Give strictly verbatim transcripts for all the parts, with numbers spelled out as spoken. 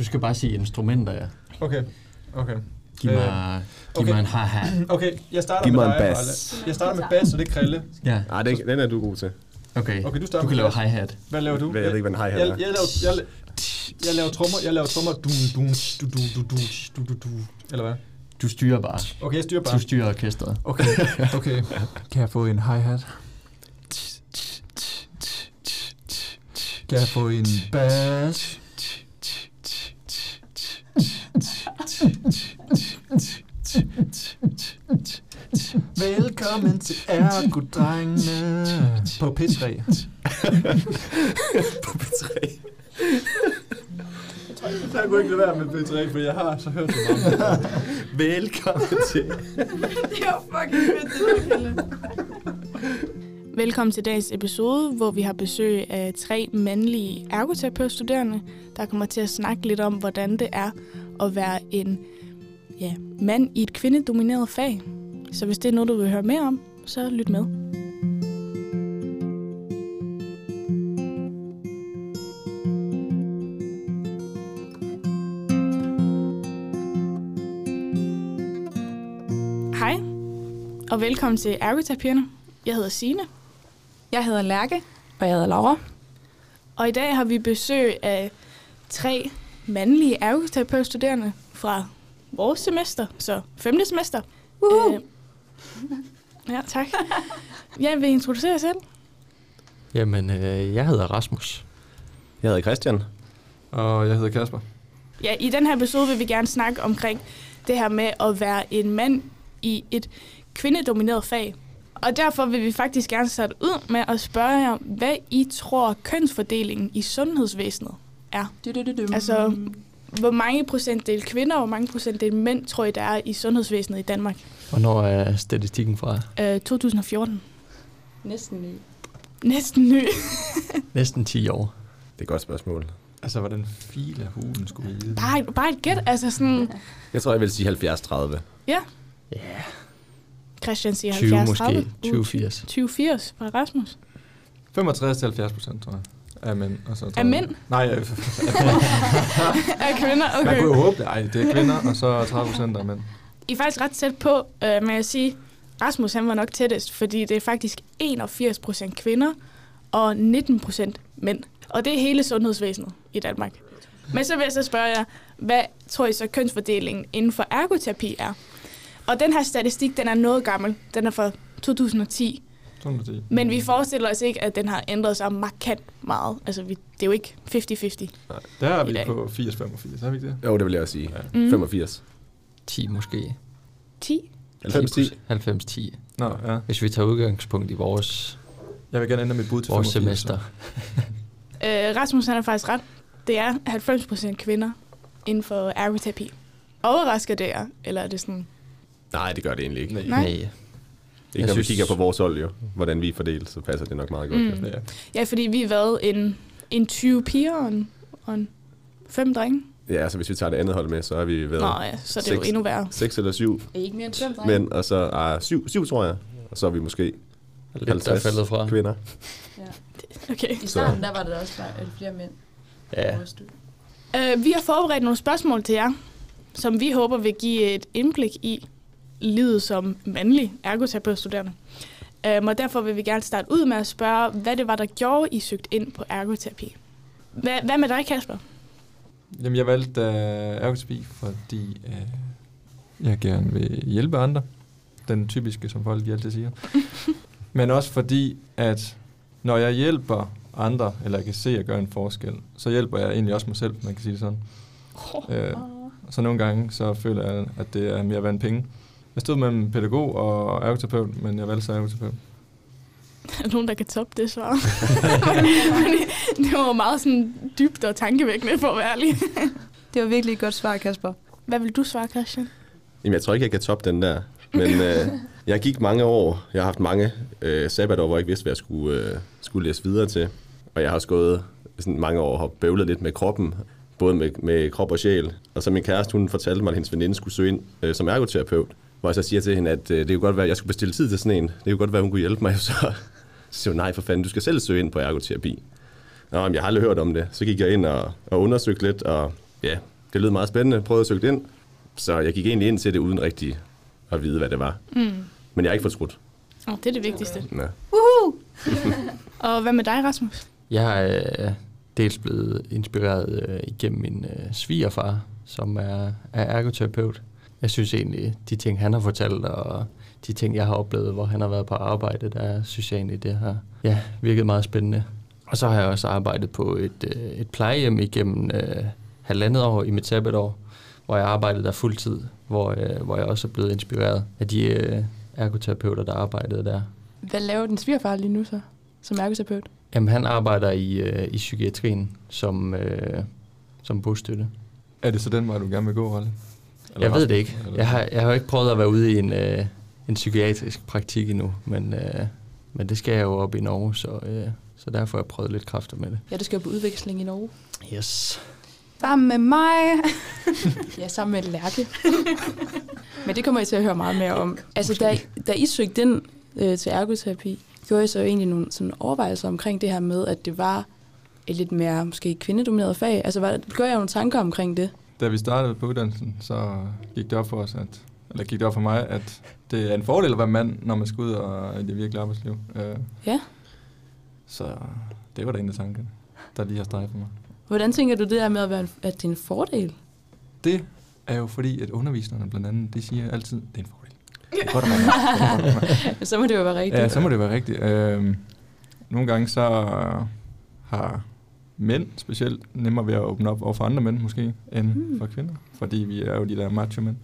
Du skal bare sige instrumenter, ja. Okay, okay. Giv mig, øh, giv okay. mig en ha-ha. Okay, jeg starter giv med mig dig. En bass. Jeg starter med bass, og det er Krille. Ja. Ah, den, den er du god til. Okay, okay du, starter du kan lave hi-hat. Hvad laver du? Jeg ved ikke, hvad en hi-hat er. Jeg, jeg, laver, jeg, jeg laver trommer, jeg laver trommer. Du, du, du, du, du, du, du, du, eller hvad? Du styrer bare. Okay, jeg styrer bare. Du styrer orkestret. Okay, okay. Kan jeg få en hi-hat? Kan jeg få en bass? Velkommen til Ergo-drengene på P tre. På P tre. Jeg kunne ikke lade være med P tre, for jeg har så hørt det meget. Velkommen til. Det er fucking fedt, det der, Kalle. Velkommen til dagens episode, hvor vi har besøg af tre mandlige ergoterapeutstuderende, der kommer til at snakke lidt om, hvordan det er at være en ja, mand i et kvindedomineret fag. Så hvis det er noget, du vil høre mere om, så lyt med. Hej, og velkommen til Ergoterapierne. Jeg hedder Signe. Jeg hedder Lærke. Og jeg hedder Laura. Og i dag har vi besøg af tre mandlige ergoterapeutstuderende fra vores semester, så femte semester. Uh. Øh, ja, tak. Jeg vil introducere jer selv. Jamen, øh, jeg hedder Rasmus. Jeg hedder Christian. Og jeg hedder Kasper. Ja, i den her episode vil vi gerne snakke omkring det her med at være en mand i et kvindedomineret fag. Og derfor vil vi faktisk gerne starte ud med at spørge jer, hvad I tror kønsfordelingen i sundhedsvæsenet er. Du-du-du-du. Altså, hvor mange procentdel kvinder og hvor mange procentdel mænd tror I, der er i sundhedsvæsenet i Danmark? Hvornår er statistikken fra? Øh, to tusind og fjorten. Næsten ny. Næsten ny. Næsten ti år. Det er et godt spørgsmål. Altså, hvordan fil af hulen skulle vi vide? Bare, bare et gæt, altså sådan... Jeg tror, jeg vil sige halvfjerds tredive. Ja. Ja. Yeah. Christian siger tyve halvfjerds tredive. måske. tyve firs. tyve firs fra Rasmus. femogtres til halvfjerds procent, tror jeg. Af mænd. Og så Af mænd? Nej, af Af kvinder, okay. Man kunne jo håbe det. Ej, det er kvinder, og så tredive procent af mænd. I er faktisk ret tæt på, øh, med at sige, Rasmus han var nok tættest, fordi det er faktisk enogfirs procent kvinder og nitten procent mænd. Og det er hele sundhedsvæsenet i Danmark. Men så vil jeg så spørge jer, hvad tror I så kønsfordelingen inden for ergoterapi er? Og den her statistik, den er noget gammel. Den er fra to tusind og ti. to tusind og ti. Men vi forestiller os ikke, at den har ændret sig markant meget. Altså, vi, det er jo ikke halvtreds halvtreds. Nej, der er I vi dag. på firs femogfirs, er vi ikke det? Jo, det vil jeg også sige. Ja. Mm. femogfirs. ti måske. ti? halvfems ti. halvfems ti. Nå, ja. Hvis vi tager udgangspunkt i vores, Jeg vil gerne ændre mit bud til vores femogfirs. semester. Øh, Rasmus han er faktisk ret. Det er halvfems procent kvinder inden for ergoterapi. Overrasker det jer? Eller er det sådan... Nej, det gør det egentlig ikke. Nej. Nej. Nej. Ikke Jeg når synes- vi kigger på vores hold, jo. Hvordan vi er fordelt, så passer det nok meget godt. Mm. Mm. Ja. Ja, fordi vi har været en, en tyve piger og en, og en fem drenge. Ja, så hvis vi tager det andet hold med, så har vi været Nå ja, så det er jo seks. endnu værre. seks eller syv Ikke mere end fem drenge. mænd, og så ah, syv, syv, tror jeg. Og så er vi måske Lidt der er halvtreds faldet fra. kvinder. Okay. I starten, der var det også bare lidt flere mænd. Ja. Uh, vi har forberedt nogle spørgsmål til jer, som vi håber vil give et indblik i livet som mandlig ergoterapeutstuderende. Um, og derfor vil vi gerne starte ud med at spørge, hvad det var, der gjorde, I søgte ind på ergoterapi. Hvad, hvad med dig, Kasper? Jamen, jeg valgte uh, ergoterapi, fordi uh, jeg gerne vil hjælpe andre. Den typiske, som folk altid siger. Men også fordi, at når jeg hjælper andre, eller jeg kan se, at jeg gør en forskel, så hjælper jeg egentlig også mig selv, man kan sige det sådan. Oh. Øh, så nogle gange, så føler jeg, at det er mere værd end penge. Jeg stod mellem pædagog og ergoterapeut, men jeg valgte så ergoterapeut. Er der nogen, der kan toppe det svar? Det var meget sådan dybt og tankevækkende, for at være ærlig. Det var virkelig et godt svar, Kasper. Hvad vil du svare, Christian? Jamen, jeg tror ikke, jeg kan toppe den der. Men øh, jeg gik mange år. Jeg har haft mange øh, sabbatår, hvor jeg ikke vidste, hvad jeg skulle, øh, skulle læse videre til. Og jeg har også gået sådan mange år og bøvlet lidt med kroppen. Både med, med krop og sjæl. Og så min kæreste, hun fortalte mig, at hendes veninde skulle søge ind øh, som ergoterapeut. Hvor jeg så siger til hende, at øh, det kunne godt være, at jeg skulle bestille tid til sådan en. Det kunne godt være, at hun kunne hjælpe mig. Så, så siger hun, nej for fanden, du skal selv søge ind på ergoterapi. Nå, men jeg har aldrig hørt om det. Så gik jeg ind og, og undersøgte lidt, og ja, det lød meget spændende, prøvede at søge ind. Så jeg gik egentlig ind til det uden rigtig at vide, hvad det var. Mm. Men jeg har ikke fortrudt. Oh, det er det vigtigste. Ja. Og hvad med dig, Rasmus? Jeg er øh, dels blevet inspireret øh, igennem min øh, svigerfar, som er, er ergoterapeut. Jeg synes egentlig, de ting, han har fortalt, og de ting, jeg har oplevet, hvor han har været på arbejde, der synes jeg egentlig, det har ja, virket meget spændende. Og så har jeg også arbejdet på et, øh, et plejehjem igennem øh, halvandet år i mit sabbatår, hvor jeg arbejdede der fuldtid, hvor, øh, hvor jeg også er blevet inspireret af de øh, ergoterapeuter, der arbejdede der. Hvad laver din svigerfar lige nu så, som ergoterapeut? Jamen, han arbejder i, øh, i psykiatrien som, øh, som bostøtte. Er det så den vej, du gerne vil gå, Ralle? Eller Jeg ved det Rasmus? ikke. Eller- Jeg har, jeg har jo ikke prøvet at være ude i en, øh, en psykiatrisk praktik endnu, men, øh, men det skal jeg jo op i Norge, så, øh, så derfor har jeg prøvet lidt kræfter med det. Ja, du skal jo på udveksling i Norge. Yes. Sammen med mig. Ja, sammen med Lærke. Men det kommer jeg til at høre meget mere om. Altså, da, da I søgte ind øh, til ergoterapi, gjorde I så egentlig nogle sådan overvejelser omkring det her med, at det var et lidt mere måske kvindedomineret fag? Altså, var, gjorde jeg nogle tanker omkring det? Da vi startede på uddannelsen, så gik det op for os, at, eller gik det op for mig, at det er en fordel at være mand, når man skal ud og i det virkelige arbejdsliv. Øh, Ja. Så det var da en af tankerne, der lige har streget for mig. Hvordan tænker du det her med, at, være en, at det er en fordel? Det er jo fordi, at underviserne blandt andet, de siger altid, det er en fordel. Det er godt at være mand. Det er godt at være mand. Så må det jo være rigtigt. Ja, så må det være rigtigt. Øh, nogle gange så har mænd specielt nemmere ved at åbne op over for andre mænd måske, end Mm. for kvinder. Fordi vi er jo de der macho-mænd,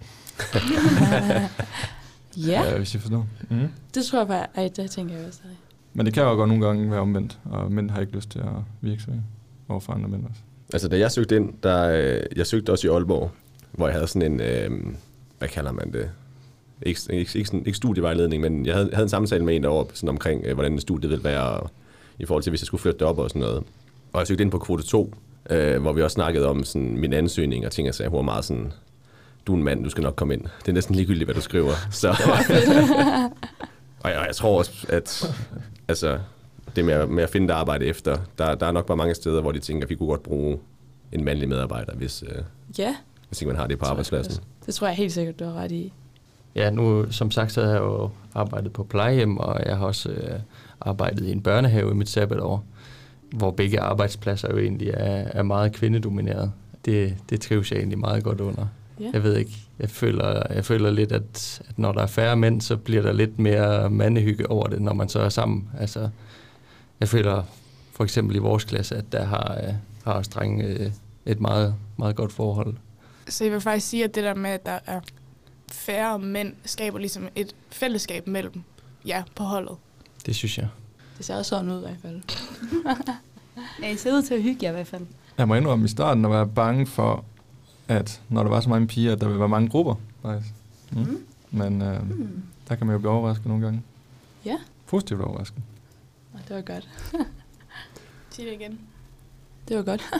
Ja, øh, hvis I forstår. Mm. det tror jeg bare, ej, det tænker jeg også. Men det kan jo godt nogle gange være omvendt, og mænd har ikke lyst til at virke sig over for andre mænd også. Altså, da jeg søgte ind, der, øh, jeg søgte også i Aalborg, hvor jeg havde sådan en, øh, hvad kalder man det? Ikke, ikke, ikke, ikke studievejledning, men jeg havde, havde en samtale med en deroppe sådan omkring, øh, hvordan studiet ville være, og, i forhold til, hvis jeg skulle flytte derop og sådan noget. Og jeg søgte ind på kvote to, øh, hvor vi også snakkede om sådan, min ansøgning, og ting, jeg sagde, hun var meget sådan, du er en mand, du skal nok komme ind. Det er næsten ligegyldigt, hvad du skriver. Så. og, jeg, og jeg tror også, at altså, det med at, med at finde et arbejde efter, der, der er nok bare mange steder, hvor de tænker, at vi kunne godt bruge en mandlig medarbejder, hvis, øh, Ja, hvis ikke man har det på arbejdspladsen. det tror jeg helt sikkert, du har ret i. Ja, nu som sagt, så har jeg jo arbejdet på plejehjem, og jeg har også øh, arbejdet i en børnehave i mit sabbatår, hvor begge arbejdspladser jo egentlig er, er meget kvindedomineret. Det, det trives jeg egentlig meget godt under. Ja. Jeg ved ikke, jeg føler, jeg føler lidt, at, at når der er færre mænd, så bliver der lidt mere mandehygge over det, når man så er sammen. Altså, jeg føler for eksempel i vores klasse, at der har, øh, har også drenge øh, et meget, meget godt forhold. Så jeg vil faktisk sige, at det der med, at der er færre mænd, skaber ligesom et fællesskab mellem jer på holdet. Det synes jeg. Det ser også sådan ud i hvert fald. Ja, I ser ud til at hygge jer i hvert fald. Jeg må indrømme, i starten at være bange for, at når der var så mange piger, at der ville være mange grupper, faktisk. Mm. Mm. Men øh, Mm. der kan man jo blive overrasket nogle gange. Ja. Positivt overrasket. Nå, det var godt. Sig det igen. Det var godt.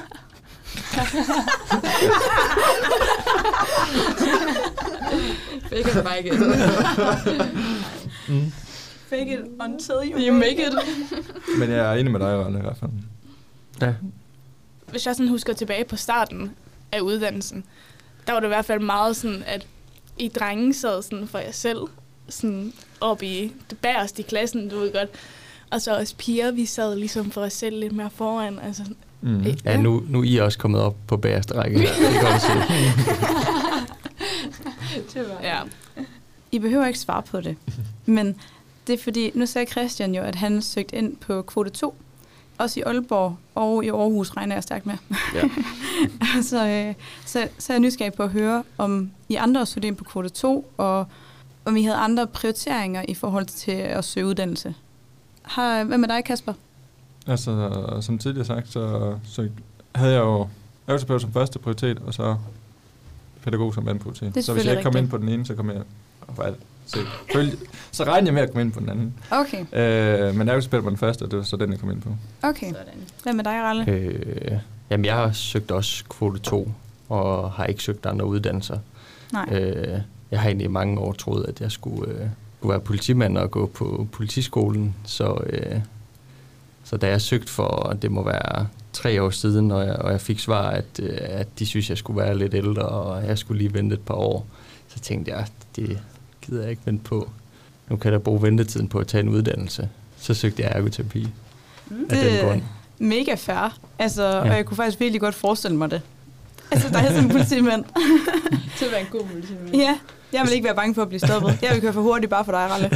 Fake it, make it. Mm. Fake it until you, You make it. Men jeg er enig med dig, Ralle, i hvert fald. Ja. Hvis jeg sådan husker tilbage på starten af uddannelsen, der var det i hvert fald meget sådan, at I drenge sad sådan for jer selv, sådan oppe i det bagerste i klassen, du ved godt. Og så os piger, vi sad ligesom for os selv lidt mere foran. Altså, Mm. øh, Ja, nu, nu er I også kommet op på bagerste række. Det kan godt se. Det var ja. I behøver ikke svare på det. Men det er fordi, nu sagde Christian jo, at han søgte ind på kvote to. Også i Aalborg og i Aarhus regner jeg stærkt med. Ja. så, øh, så, så er jeg nysgerrig på at høre, om I andre også søgte ind på kvote to, og om I havde andre prioriteringer i forhold til at søge uddannelse. Har, hvad med dig, Kasper? Altså, som tidligere sagt, så, så havde jeg jo ergoterapeut som første prioritet, og så pædagog som anden prioritet. er Så hvis jeg ikke kom selvfølgelig ind på den ene, så kom jeg for alt. Så, så regnede jeg med at komme ind på den anden. Okay, Øh, men ergoterapeut var den første, og det var så den, jeg kom ind på. okay. sådan. Hvad med dig, Ralle? Øh, jamen, jeg har søgt også kvote to, og har ikke søgt andre uddannelser. Nej. Øh, jeg har egentlig i mange år troet, at jeg skulle, øh, skulle være politimand og gå på politiskolen. Så, øh, så da jeg søgte for, det må være tre år siden, og jeg, og jeg fik svar, at, at de synes, jeg skulle være lidt ældre, og jeg skulle lige vente et par år. Så tænkte jeg, det gider jeg ikke vente på. Nu kan jeg bruge ventetiden på at tage en uddannelse. Så søgte jeg ergoterapi. Mm. Det er mega fair. Altså, ja. Og jeg kunne faktisk virkelig godt forestille mig det. Altså, der er sådan en politimand. Til at være en god politimand. Ja, jeg vil ikke være bange for at blive stoppet. Jeg vil køre for hurtigt bare for dig, Ralle.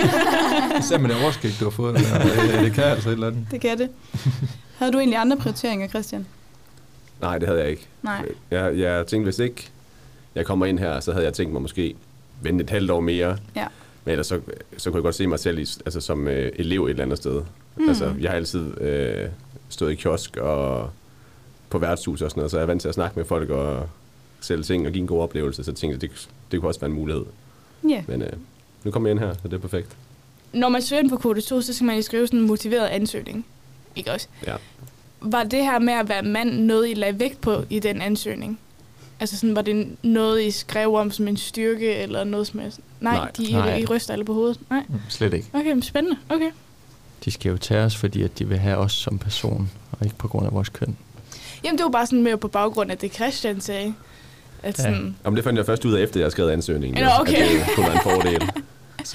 Især med det overskæg, du har fået. Det, det kan altså et eller andet. Det kan det. Havde du egentlig andre prioriteringer, Christian? Nej, det havde jeg ikke. Nej. Jeg, jeg tænkte, hvis ikke jeg kommer ind her, så havde jeg tænkt mig måske vente et halvt år mere. Ja. Men ellers så, så kunne jeg godt se mig selv i, altså, som øh, elev et eller andet sted. Mm. Altså, jeg har altid øh, stået i kiosk og på værtshus og sådan noget, så jeg er vant til at snakke med folk og sælge ting og give en god oplevelse, så jeg tænkte, det, det kunne også være en mulighed. Yeah. Men øh, nu kommer jeg ind her, så det er perfekt. Når man søger ind på kvote to, så skal man jo skrive sådan en motiveret ansøgning. Ikke også? Ja. Var det her med at være mand noget, I lagde vægt på i den ansøgning? Altså sådan, var det noget, I skrev om som en styrke, eller noget som helst? Nej, Nej. de, Nej. I, I ryster alle på hovedet? Nej? Mm, slet ikke. Okay, men spændende. Okay. De skal jo tage os, fordi at de vil have os som person, og ikke på grund af vores køn. Jamen, det var bare sådan mere på baggrund af det, Christian sagde. At Ja. sådan, Om det fandt jeg først ud af, efter jeg havde skrevet ansøgningen. Nå, okay. At det kunne være en fordel. Så.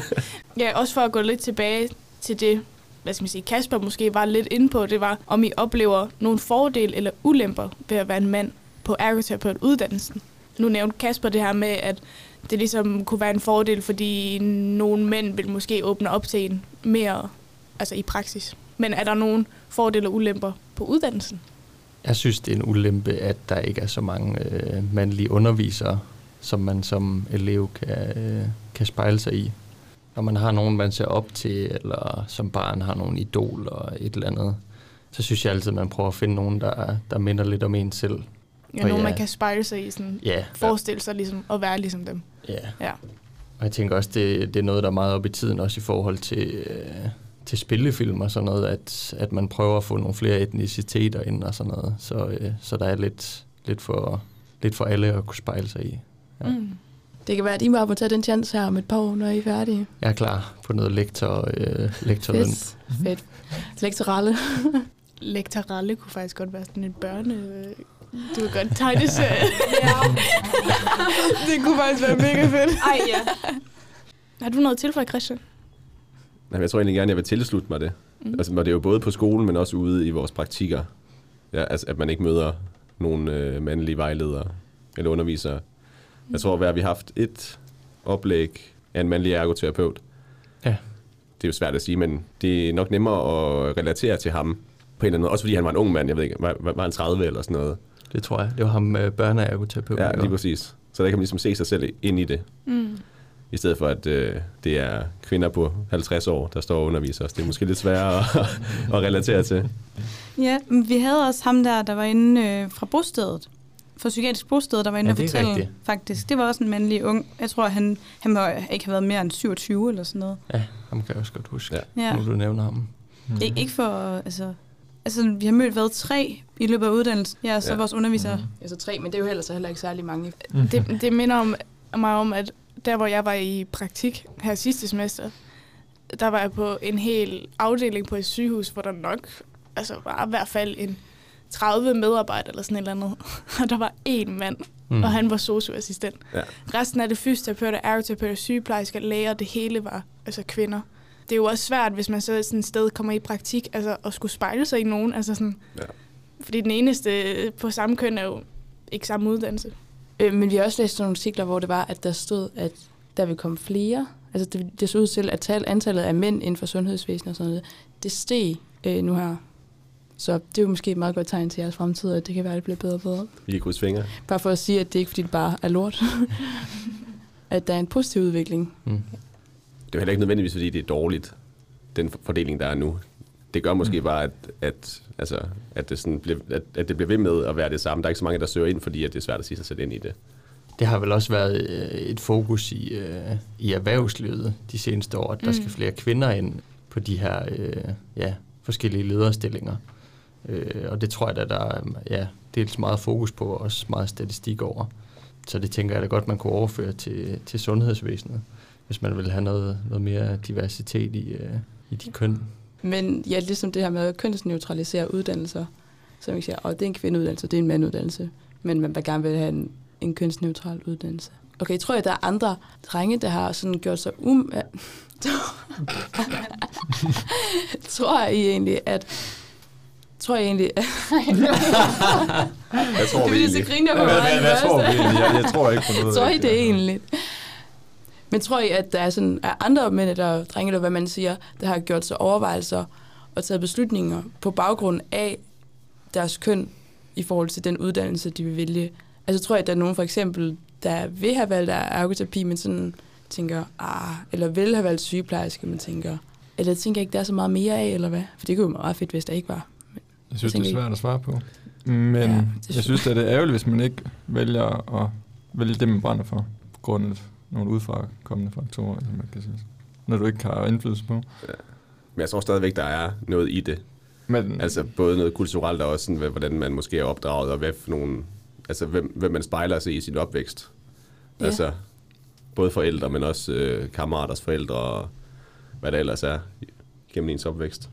ja, også for at gå lidt tilbage til det, hvad skal man sige, Kasper måske var lidt inde på, det var, om I oplever nogle fordele eller ulemper ved at være en mand på ergoterapeutuddannelsen. Nu nævnte Kasper det her med, at det ligesom kunne være en fordel, fordi nogle mænd vil måske åbne op til en mere, altså i praksis. Men er der nogle fordele og ulemper på uddannelsen? Jeg synes, det er en ulempe, at der ikke er så mange øh, mandlige undervisere, som man som elev kan, øh, kan spejle sig i. Når man har nogen, man ser op til, eller som barn har nogle idoler og et eller andet, så synes jeg altid, at man prøver at finde nogen, der, der minder lidt om en selv. Ja, og nogen, ja, man kan spejle sig i, sådan, ja, forestille sig ligesom, at være ligesom dem. Ja. Ja. Og jeg tænker også, det, det er noget, der er meget op i tiden, også i forhold til, øh, til spillefilm og sådan noget, at, at man prøver at få nogle flere etniciteter ind og sådan noget. Så, øh, så der er lidt, lidt, for, lidt for alle at kunne spejle sig i. Ja. Mm. Det kan være, at I må tage den chance her om et par år, når I er færdige. Jeg er klar på noget lektor, øh, lektorløn. Fedt. Fedt. Lektoralle. Lektoralle kunne faktisk godt være sådan en børne... Du vil godt tegneserie. Ja. Det kunne faktisk være mega fedt. Ej, ja. Har du noget tilføje, Christian? Nej, jeg tror egentlig gerne, jeg vil tilslutte mig det. Mm. Altså, det er jo både på skolen, men også ude i vores praktikker. Ja, altså, at man ikke møder nogle øh, mandlige vejledere eller undervisere. Mm. Jeg tror, at vi har haft et oplæg af en mandlig ergoterapeut. Ja. Det er jo svært at sige, men det er nok nemmere at relatere til ham på en eller anden måde. Også fordi han var en ung mand, jeg ved ikke, var, var han tredive eller sådan noget? Det tror jeg. Det var ham øh, børneergoterapeut. Ja, lige præcis. Så der kan man ligesom se sig selv ind i det. Mm. I stedet for, at øh, det er kvinder på halvtreds år, der står og underviser os. Det er måske lidt sværere at, at relatere til. Ja, men vi havde også ham der, der var inde øh, fra bostedet. Fra psykiatrisk bosted, der var inde Ja, og det er fortælle. rigtigt. Faktisk. Det var også en mandlig ung. Jeg tror, han, han må ikke have været mere end syvogtyve eller sådan noget. Ja, ham kan jeg også godt huske, Ja. Ja. nu du nævner ham. Mm. Ik- ikke for, altså... Altså, vi har mødt været tre i løbet af uddannelsen. Ja, så Ja. vores undervisere. Mm. Altså tre, men det er jo heller så heller ikke særlig mange. Mm. Det, det minder om, mig om, at der, hvor jeg var i praktik her sidste semester, der var jeg på en hel afdeling på et sygehus, hvor der nok altså, var i hvert fald en tredive medarbejdere eller sådan et eller andet. Og der var én mand, mm. og han var sosu-assistent. Ja. Resten af det fysioterapeuter, ergoterapeuter, sygeplejersker, læger, det hele var altså kvinder. Det er jo også svært, hvis man så sådan et sted kommer i praktik, altså at skulle spejle sig i nogen. Altså sådan, Ja. fordi den eneste på samme køn er jo ikke samme uddannelse. Øh, men vi har også læst nogle artikler, hvor det var, at der stod, at der vil komme flere. Altså det, det så ud til, at tal, antallet af mænd inden for sundhedsvæsenet og sådan noget, det steg øh, nu her. Så det er jo måske et meget godt tegn til jeres fremtid, at det kan være, at det bliver bedre og bedre. Vi kan krydse fingre. Bare for at sige, at det ikke fordi det bare er lort. At der er en positiv udvikling. Mm. Det er heller ikke nødvendigvis, fordi det er dårligt, den fordeling, der er nu. Det gør måske mm. bare, at, at, altså, at, det sådan bliver, at, at det bliver ved med at være det samme. Der er ikke så mange, der søger ind, fordi at det er svært at sige sig selv ind i det. Det har vel også været øh, et fokus i, øh, i erhvervslivet de seneste år, at der mm. skal flere kvinder ind på de her øh, ja, forskellige lederstillinger. Øh, og det tror jeg, at der er ja, dels meget fokus på, og også meget statistik over. Så det tænker jeg da godt, man kunne overføre til, til sundhedsvæsenet, hvis man vil have noget, noget mere diversitet i, øh, i de køn. Men ja, ligesom det her med at kønsneutralisere uddannelser, Så man siger, at det er en kvindeuddannelse, det er en manduddannelse, men man vil gerne vil have en, en kønsneutral uddannelse. Okay, tror jeg, der er andre drenge, der har sådan gjort sig um... tror jeg egentlig, at... Tror jeg egentlig... Hvad tror det vi vil så egentlig? grine på Hvad, mig. hvad, hvad tror vi egentlig? Jeg, jeg tror ikke på noget. Tror I det egentlig? Men tror I, at der er, sådan, er andre mænd eller drenge, eller hvad man siger, der har gjort sig overvejelser og taget beslutninger på baggrund af deres køn i forhold til den uddannelse, de vil vælge? Altså tror jeg, at der er nogen for eksempel, der vil have valgt ergoterapi, men sådan tænker, ah, eller vil have valgt sygeplejerske, men tænker, eller tænker ikke, der er så meget mere af, eller hvad? For det kunne jo være meget fedt, hvis der ikke var. Men jeg synes, jeg det er tænker svært at svare på. Men Ja, ja, det jeg synes, at det er ærgerligt, hvis man ikke vælger at vælge det, man brænder for, på grund af nogle udefrakommende faktorer, som man kan sige. Når du ikke har indflydelse på. Ja. Men jeg tror stadigvæk, der er noget i det. Men, Altså både noget kulturelt og også sådan, hvordan man måske er opdraget, og hvad for nogle, altså hvem, hvem man spejler sig i sin opvækst. Ja. Altså både forældre, men også øh, kammeraters forældre, og hvad der ellers er gennem ens opvækst.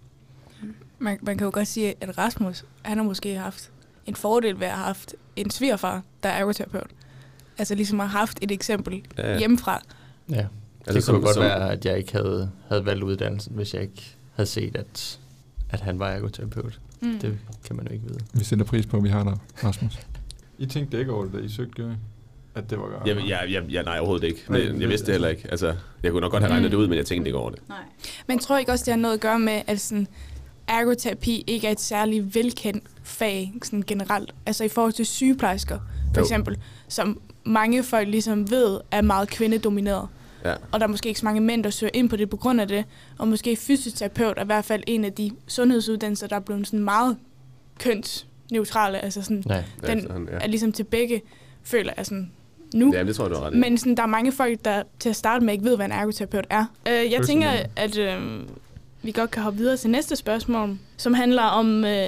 Man, man kan jo godt sige, at Rasmus, han har måske haft en fordel ved at have haft en svigerfar, der er ergoterapeut. Altså ligesom har haft et eksempel Ja. hjemmefra. Ja, det Altså, kunne som- godt som- være, at jeg ikke havde, havde valgt uddannelsen, hvis jeg ikke havde set, at, at han var ergoterapeut. Mm. Det kan man jo ikke vide. vi sætter pris på, at vi har dig, Rasmus. I tænkte ikke over det, da I søgte, gjorde I? At det var godt. Jeg, jeg, jeg, jeg, nej, overhovedet ikke. Nej, Men jeg vidste det heller ikke. Altså, jeg kunne nok godt have regnet det ud, men jeg tænkte ikke over det. Nej. Men tror ikke også, det har noget at gøre med, at sådan, ergoterapi ikke er et særligt velkendt fag sådan generelt? Altså i forhold til sygeplejersker, for Jo. eksempel, som mange folk ligesom ved er meget kvindedomineret. Ja. Og der er måske ikke så mange mænd, der søger ind på det på grund af det. Og måske fysioterapeut er i hvert fald en af de sundhedsuddannelser, der er blevet sådan meget kønsneutrale. Altså sådan, Nej. den Ja, sådan, ja. er ligesom til begge, føler jeg sådan nu. Ja, det tror jeg, du har ret i. Men sådan, der er mange folk, der til at starte med ikke ved, hvad en ergoterapeut er. Øh, jeg tænker, at øh, vi godt kan hoppe videre til næste spørgsmål, som handler om øh,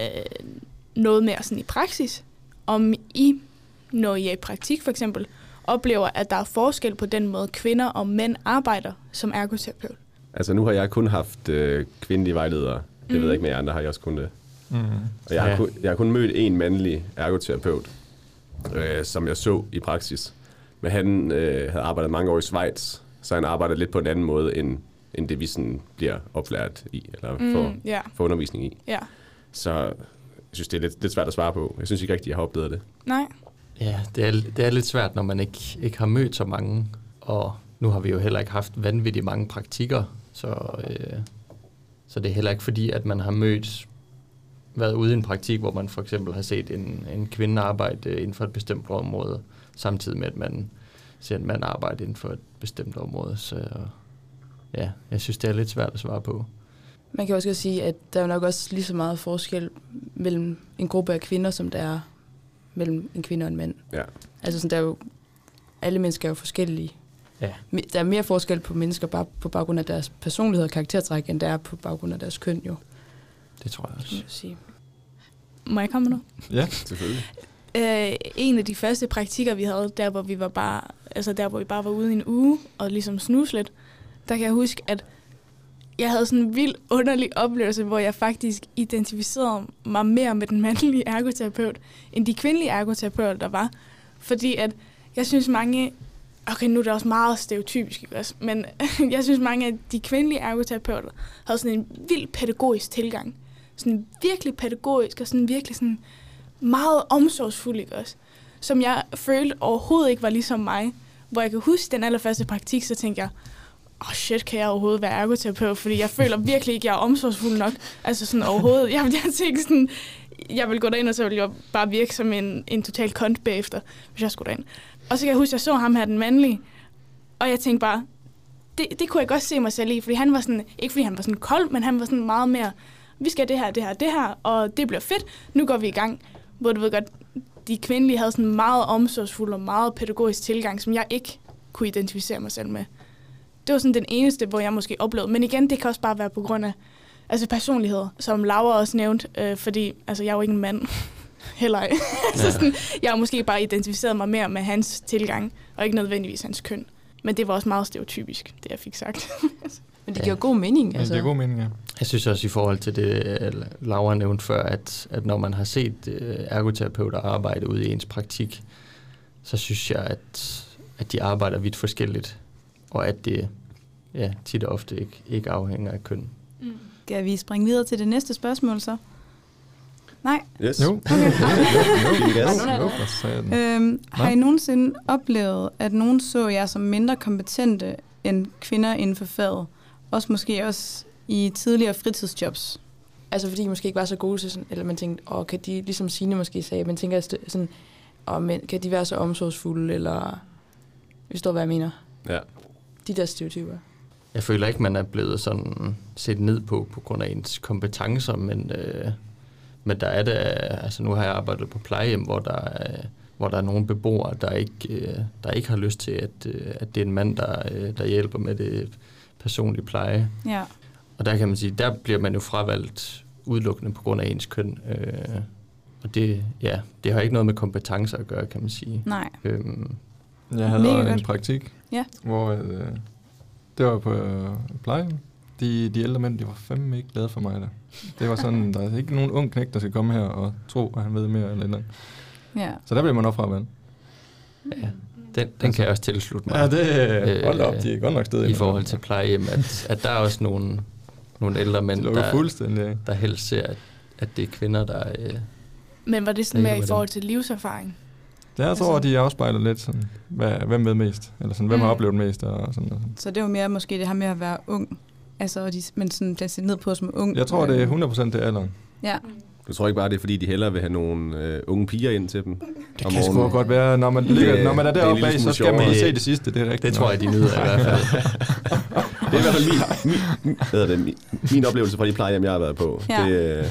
noget mere sådan i praksis. Om I, når I er i praktik for eksempel, oplever, at der er forskel på den måde, kvinder og mænd arbejder som ergoterapeut. Altså nu har jeg kun haft øh, kvindelige vejledere. Det Mm. ved jeg ikke, men jer andre har jeg også kun det. Mm. Og jeg har, Ja. kun, jeg har kun mødt en mandlig ergoterapeut, øh, som jeg så i praksis. Men han øh, havde arbejdet mange år i Schweiz, så han arbejdede lidt på en anden måde, end, end det vi sådan bliver oplært i, eller får, Mm, ja, får undervisning i. ja. Så jeg synes, det er lidt, lidt svært at svare på. Jeg synes ikke rigtigt, jeg har oplevet det. Nej. Ja, det er, det er lidt svært, når man ikke, ikke har mødt så mange, og nu har vi jo heller ikke haft vanvittigt mange praktikker, så, øh, så det er heller ikke fordi, at man har mødt, været ude i en praktik, hvor man for eksempel har set en, en kvinde arbejde inden for et bestemt område, samtidig med, at man ser en mand arbejde inden for et bestemt område. Så ja, jeg synes, det er lidt svært at svare på. Man kan også godt sige, at der er nok også lige så meget forskel mellem en gruppe af kvinder, som der er mellem en kvinde og en mand. Ja. Altså sådan, der er jo, alle mennesker er jo forskellige. Ja. Me- Der er mere forskel på mennesker bare på baggrund af deres personlighed og karaktertræk, end der er på baggrund af deres køn, jo. Det tror jeg Kan også. man sige. Må jeg komme nu? Ja, Selvfølgelig. Øh, en af de første praktikker, vi havde, der hvor vi var bare, altså der hvor vi bare var ude i en uge og ligesom snuse lidt, der kan jeg huske, at jeg havde sådan en vild underlig oplevelse, hvor jeg faktisk identificerede mig mere med den mandlige ergoterapeut, end de kvindelige ergoterapeuter, der var. Fordi at jeg synes mange, okay, nu er det også meget stereotypisk, ikke også? Men jeg synes mange af de kvindelige ergoterapeuter havde sådan en vild pædagogisk tilgang. Sådan virkelig pædagogisk og sådan virkelig sådan meget omsorgsfuld, ikke også? Som jeg følte overhovedet ikke var ligesom mig. Hvor jeg kan huske den allerførste praktik, så tænkte jeg, åh oh shit, kan jeg overhovedet være ergoterapeut? Fordi jeg føler virkelig ikke, jeg er omsorgsfuld nok. Altså sådan overhovedet. Jeg, jeg tænkte sådan, jeg vil gå derind, og så vil jeg bare virke som en, en total kont bagefter, hvis jeg skulle derind. Og så kan jeg huske, at jeg så ham her, den mandlige, og jeg tænkte bare, det, det kunne jeg godt se mig selv i, fordi han var sådan, ikke fordi han var sådan kold, men han var sådan meget mere, vi skal det her, det her, det her, og det bliver fedt, nu går vi i gang. Hvor du ved godt, de kvindelige havde sådan meget omsorgsfuld og meget pædagogisk tilgang, som jeg ikke kunne identificere mig selv med. Det var sådan den eneste, hvor jeg måske oplevede. Men igen, det kan også bare være på grund af altså personlighed, som Laura også nævnte, øh, fordi altså, jeg er jo ikke en mand. Heller ikke. Så sådan, jeg har måske bare identificeret mig mere med hans tilgang, og ikke nødvendigvis hans køn. Men det var også meget stereotypisk, det jeg fik sagt. Men det Ja. giver god mening, Ja, altså. det er god mening, ja. Jeg synes også i forhold til det, Laura nævnte før, at, at når man har set uh, ergoterapeuter arbejde ude i ens praktik, så synes jeg, at, at de arbejder vidt forskelligt, og at det ja, tit og ofte ikke, ikke afhænger af køn. Mm. Skal vi springe videre til det næste spørgsmål så? Nej? Yes. Jo. Okay. Giv den gas. Jo, for satan. Øhm, har I nogensinde oplevet, at nogen så jer som mindre kompetente end kvinder inden for faget? Også måske også i tidligere fritidsjobs? Altså fordi I måske ikke var så gode til sådan, eller man tænkte, åh, kan de, ligesom Signe måske sagde, man tænker sådan, åh, men kan de være så omsorgsfulde, eller, hvis du hvad jeg mener? Ja. De der stereotyper. Jeg føler ikke, man er blevet sådan set ned på, på grund af ens kompetencer, men, øh, men der er det, altså nu har jeg arbejdet på plejehjem, hvor der er, hvor der er nogle beboere, der ikke, øh, der ikke har lyst til, at, øh, at det er en mand, der, øh, der hjælper med det personlige pleje. Ja. Og der kan man sige, der bliver man jo fravalgt udelukkende på grund af ens køn. Øh, og det, ja, det har ikke noget med kompetencer at gøre, kan man sige. Nej. Øhm, Jeg havde Mega en godt. praktik, Ja. hvor øh, det var på øh, plejehjem. De, de ældre mænd, de var fandme ikke glade for mig der. Det var sådan, der er ikke nogen ung knægt, der skal komme her og tro, at han ved mere eller andet. Ja. Så der blev man op fra, vel? ja, den, den kan jeg også tilslutte mig. Ja, det Øh, hold da op, de er godt nok stedet. I forhold til plejehjem, at, at der er også nogle, nogle ældre mænd, Det lukker der, fuldstændig af. der helst ser, at, at det er kvinder, der... Øh, Men var det sådan Det er mere i ikke forhold til livserfaring? Ja, jeg tror, Altså- de afspejler lidt sådan, hvad, hvem ved mest, eller sådan, hvem har Mm. oplevet mest, og sådan noget. Så det var mere måske det her med at være ung. Altså, og de, men sådan bliver set ned på som ung. Jeg tror, det er hundrede procent det alderen. Ja. Du tror ikke bare, det er, fordi de hellere vil have nogle øh, unge piger ind til dem? Det om kan sgu morgenen? godt være, når man, ligger, Det- når man er det er en deroppe lille bag, så smule skal man sjovere. se det sidste, det er rigtigt. det tror jeg, de nyder i hvert fald. Det er i hvert fald min, min, hvad hedder det, min, min oplevelse fra de plejehjem, jeg har været på. Ja. Det, øh,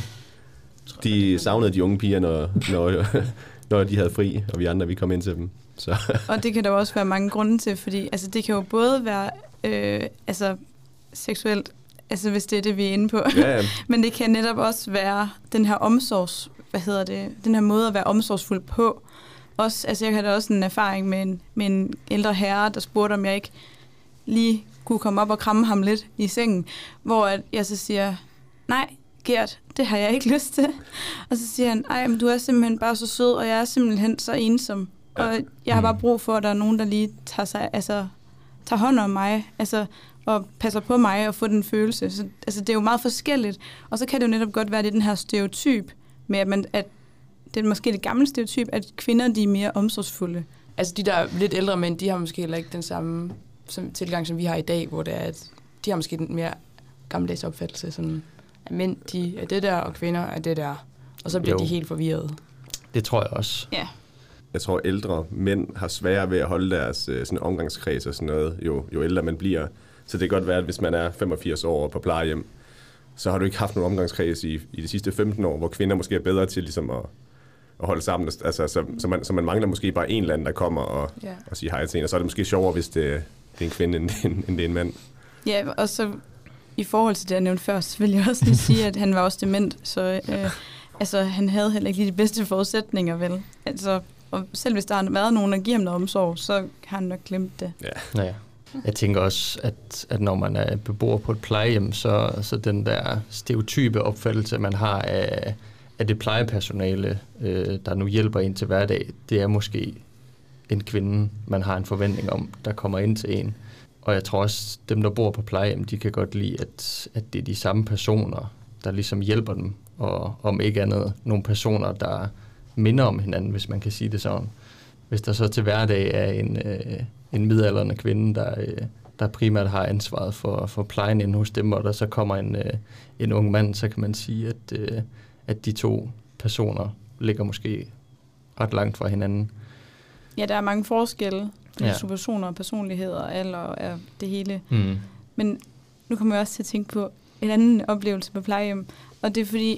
de savnede de unge piger, når, når, når de havde fri, og vi andre, vi kom ind til dem. Så. Og det kan der jo også være mange grunde til, fordi altså, det kan jo både være øh, altså, seksuelt, altså hvis det er det, vi er inde på, Ja, ja. men det kan netop også være den her omsorgs, hvad hedder det, den her måde at være omsorgsfuld på. Også, altså jeg havde også en erfaring med en, med en ældre herre, der spurgte, om jeg ikke lige kunne komme op og kramme ham lidt i sengen, hvor at jeg så siger, nej, Gert, det har jeg ikke lyst til. Og så siger han, ej, men du er simpelthen bare så sød, og jeg er simpelthen så ensom. Ja. Og jeg har bare brug for, at der er nogen, der lige tager, sig, altså, tager hånd om mig, altså, og passer på mig og får den følelse. Så, altså, det er jo meget forskelligt. Og så kan det jo netop godt være, at det er den her stereotyp, med at, man, at det er måske det gamle stereotyp, at kvinder de er mere omsorgsfulde. Altså de der lidt ældre mænd, de har måske heller ikke den samme som, tilgang, som vi har i dag, hvor det er, at de har måske den mere gammeldags opfattelse, sådan, at mænd de er det der, og kvinder er det der. Og så bliver Jo. de helt forvirrede. Det tror jeg også. Ja. Jeg tror, ældre mænd har sværere ved at holde deres øh, sådan omgangskreds og sådan noget, jo, jo ældre man bliver. Så det kan godt være, at hvis man er femogfirs år på plejehjem, så har du ikke haft nogen omgangskreds i, i de sidste femten år, hvor kvinder måske er bedre til ligesom at, at holde sammen. Altså, så, så, man, så man mangler måske bare en eller anden, der kommer og, Ja. og siger hej til en, og så er det måske sjovere, hvis det, det er en kvinde, end, end, end det er en mand. Ja, og så i forhold til det, jeg nævnte før, så vil jeg også lige sige, at han var også dement, så øh, altså, han havde heller ikke lige de bedste forudsætninger, vel? Altså, og selv hvis der har været nogen, der giver ham noget omsorg, så har han nok glemt det. Ja. Jeg tænker også, at, at når man er beboer på et plejehjem, så, så den der stereotype opfattelse, man har af, af det plejepersonale, øh, der nu hjælper en til hverdag, det er måske en kvinde, man har en forventning om, der kommer ind til en. Og jeg tror også, dem, der bor på plejehjem, de kan godt lide, at, at det er de samme personer, der ligesom hjælper dem, og om ikke andet nogle personer, der minder om hinanden, hvis man kan sige det sådan. Hvis der så til hverdag er en, øh, en midaldrende kvinde, der, øh, der primært har ansvaret for, for plejen inde hos dem, og der så kommer en, øh, en ung mand, så kan man sige, at, øh, at de to personer ligger måske ret langt fra hinanden. Ja, der er mange forskelle på Ja. ja. personer og personligheder og alder og det hele. Mm. Men nu kommer jeg også til at tænke på en anden oplevelse på plejehjem, og det er fordi,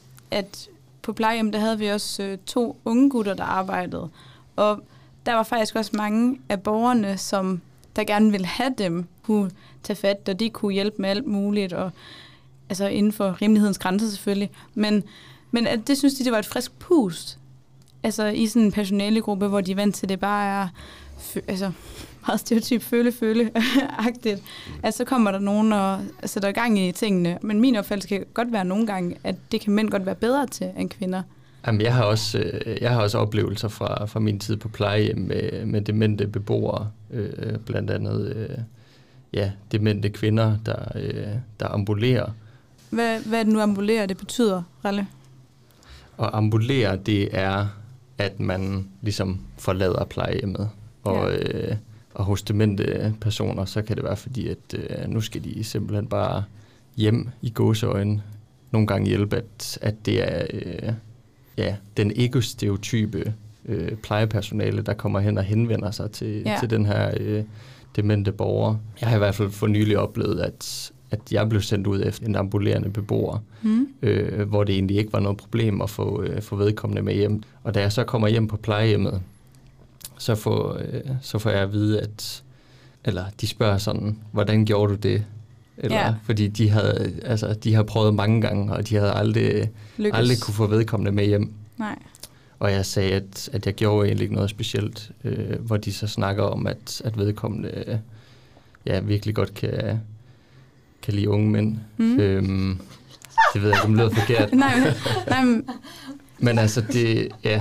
at på plejehjem, der havde vi også øh, to unge gutter, der arbejdede, og der var faktisk også mange af borgerne, som der gerne ville have dem, kunne tage fat, og de kunne hjælpe med alt muligt, og altså inden for rimelighedens grænser selvfølgelig, men, men at det synes de, det var et frisk pust, altså i sådan en personalegruppe, hvor de er vant til, det bare er fø, altså meget stereotyp føle-føle-agtigt, at så kommer der nogen og sætter gang i tingene. Men min opfattelse kan godt være nogle gange, at det kan mænd godt være bedre til end kvinder. Jamen, jeg har også, øh, jeg har også oplevelser fra, fra min tid på plejehjem med, med demente beboere, øh, blandt andet øh, ja, demente kvinder, der, øh, der ambulerer. Hvad, hvad er det nu ambulerer, det betyder, Ralle? Og ambulere, det er, at man ligesom forlader plejehjemmet. Og, ja. øh, og hos demente personer, så kan det være fordi, at øh, nu skal de simpelthen bare hjem i gåseøjne. Nogle gange hjælpe, at, at det er øh, ja, den ikke-stereotype øh, plejepersonale, der kommer hen og henvender sig til, ja. til den her øh, demente borger. Jeg har i hvert fald for nylig oplevet, at at jeg blev sendt ud efter en ambulerende beboer, mm. øh, hvor det egentlig ikke var noget problem at få, øh, få vedkommende med hjem. Og da jeg så kommer hjem på plejehjemmet, så får, øh, så får jeg at vide, at eller de spørger sådan, hvordan gjorde du det? Eller, ja. Fordi de havde, altså, de har prøvet mange gange, og de havde aldrig, aldrig kunne få vedkommende med hjem. Nej. Og jeg sagde, at, at jeg gjorde egentlig ikke noget specielt, øh, hvor de så snakker om, at, at vedkommende øh, ja, virkelig godt kan... kan lide unge mænd. Mm. Øhm, det ved jeg ikke, om det lyder forkert. nej, men, nej, men... men altså, det, ja.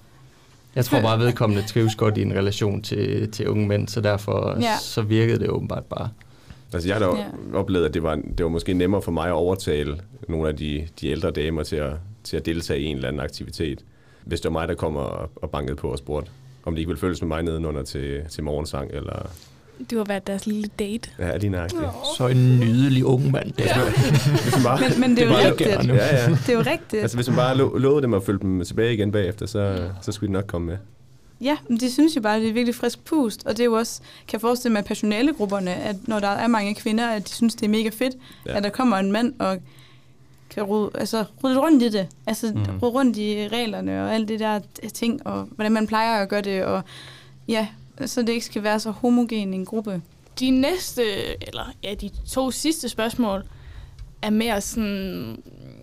Jeg tror bare, at vedkommende trives godt i en relation til, til unge mænd, så derfor ja. så virkede det åbenbart bare. Altså, jeg har da ja. oplevet, at det var, det var måske nemmere for mig at overtale nogle af de, de ældre damer til at, til at deltage i en eller anden aktivitet, hvis det var mig, der kom og, og bankede på og spurgte, om de ikke ville følges med mig nedenunder til, til morgensang, eller... Det var været deres lille date. Ja, lige nøjagtigt. Så en nydelig ung mand. Ja. bare, men, men det er jo rigtigt. Ja, ja. Det er jo rigtigt. Altså, hvis man bare lo- lovede dem at følge dem tilbage igen bagefter, så, så skulle de nok komme med. Ja, men det synes jeg bare, det er virkelig frisk pust. Og det er jo også, kan jeg forestille mig, personalegrupperne, at når der er mange kvinder, at de synes, det er mega fedt, ja. at der kommer en mand og kan rode, altså, rode rundt i det. Altså mm. rode rundt i reglerne og alle de der ting, og hvordan man plejer at gøre det. Og ja, så det ikke skal være så homogen en gruppe. De næste, eller ja, de to sidste spørgsmål er mere sådan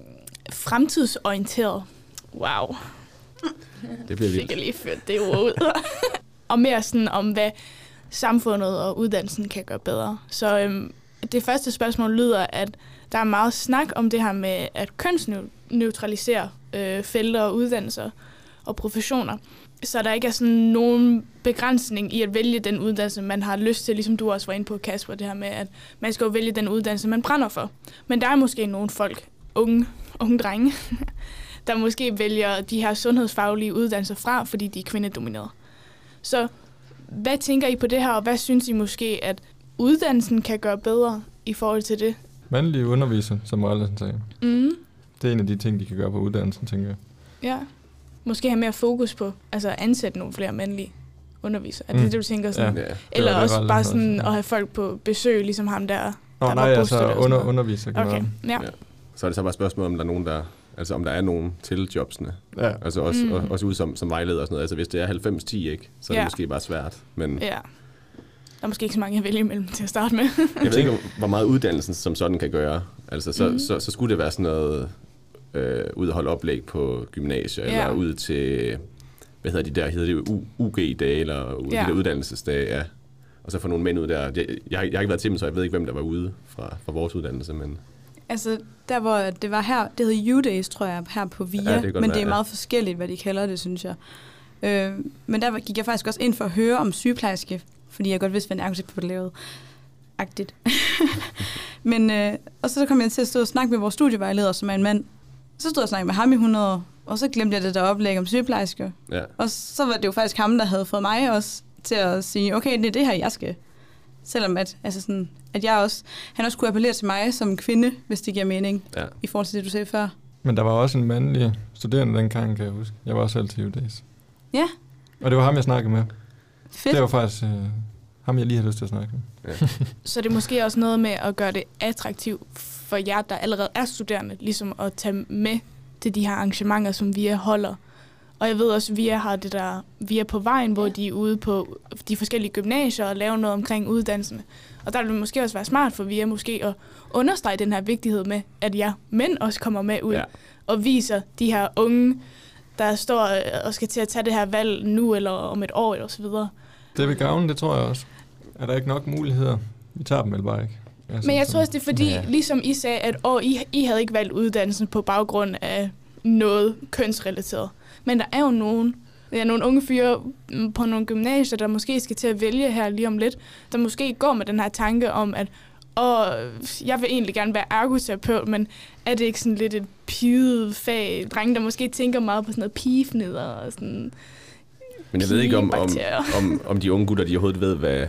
fremtidsorienteret. Wow. Det bliver vildt. Fik jeg lige ført det ord ud. Og mere sådan om, hvad samfundet og uddannelsen kan gøre bedre. Så øhm, det første spørgsmål lyder, at der er meget snak om det her med at kønsneutralisere øh, felter og uddannelser og professioner. Så der ikke er sådan nogen begrænsning i at vælge den uddannelse, man har lyst til, ligesom du også var inde på, Kasper, det her med, at man skal jo vælge den uddannelse, man brænder for. Men der er måske nogle folk, unge, unge drenge, der måske vælger de her sundhedsfaglige uddannelser fra, fordi de er kvindedomineret. Så hvad tænker I på det her, og hvad synes I måske, at uddannelsen kan gøre bedre i forhold til det? Mandlige underviser, som Marlesen sagde. Mm. Det er en af de ting, de kan gøre på uddannelsen, tænker jeg. Ja. Måske have mere fokus på, altså at ansætte nogle flere mandlige undervisere. Er det mm. det, du tænker sådan? Ja. Eller også det, bare sådan ja. at have folk på besøg, ligesom ham der, oh, der nej, var altså under, underviser. Okay, ja. ja. Så er det så bare et spørgsmål, om der er nogen, der, altså om der er nogen til jobsene. Ja. Altså også, mm. også ud som, som vejleder og sådan noget. Altså hvis det er halvfems ti, ikke, så er det ja. måske bare svært. Men ja. Der er måske ikke så mange at vælge imellem til at starte med. Jeg ved ikke, hvor meget uddannelsen som sådan kan gøre. Altså så, mm. så, så, så skulle det være sådan noget... Øh, ud at holde oplæg på gymnasier, ja. eller ud til, hvad hedder de der, hedder det U G-dage, eller ja. de der uddannelsesdage, ja. Og så få nogle mænd ud der. Jeg, jeg, jeg har ikke været til dem, så jeg ved ikke, hvem der var ude fra, fra vores uddannelse, men... Altså, der hvor det var her, det hedder U-Days, tror jeg, her på V I A, ja, det men være, det er meget ja. forskelligt, hvad de kalder det, synes jeg. Øh, men der gik jeg faktisk også ind for at høre om sygeplejerske, fordi jeg godt vidste, hvad en ergoterapeut lavede. Agtigt. men, øh, og så kom jeg til at stå og snakke med vores studievejleder, som er en mand. Så stod jeg og snakkede med ham i hundrede år, og så glemte jeg det der oplæg om sygeplejersker. Ja. Og så var det jo faktisk ham, der havde fået mig også til at sige, okay, det er det her, jeg skal. Selvom at, altså sådan, at jeg også, han også kunne appellere til mig som kvinde, hvis det giver mening, ja. i forhold til det, du sagde før. Men der var også en mandlig studerende dengang, kan jeg huske. Jeg var også altid i U Days. Ja. Og det var ham, jeg snakkede med. Fedt. Det var faktisk øh, ham, jeg lige havde lyst til at snakke med. Ja. Så det er måske også noget med at gøre det attraktivt for jer, der allerede er studerende, ligesom at tage med til de her arrangementer, som V I A holder. Og jeg ved også, at V I A har det der V I A på vejen, hvor de er ude på de forskellige gymnasier og laver noget omkring uddannelserne. Og der vil det måske også være smart for V I A måske at understrege den her vigtighed med, at ja, mænd også kommer med ud ja. og viser de her unge, der står og skal til at tage det her valg nu eller om et år eller så videre, Det vil gavne, det tror jeg også. Er der ikke nok muligheder? Vi tager dem vel bare ikke. Altså, Men jeg tror også, det er fordi, ja. ligesom I sagde, at åh, I, I havde ikke valgt uddannelsen på baggrund af noget kønsrelateret. Men der er jo nogen, der er nogle unge fyre på nogle gymnasier, der måske skal til at vælge her lige om lidt, der måske går med den her tanke om, at åh, jeg vil egentlig gerne være ergoterapeut, men er det ikke sådan lidt et piget fag? Drenge, der måske tænker meget på sådan noget pigefnidder og sådan. Men jeg ved ikke, om, om, om, om de unge gutter, de overhovedet ved, hvad...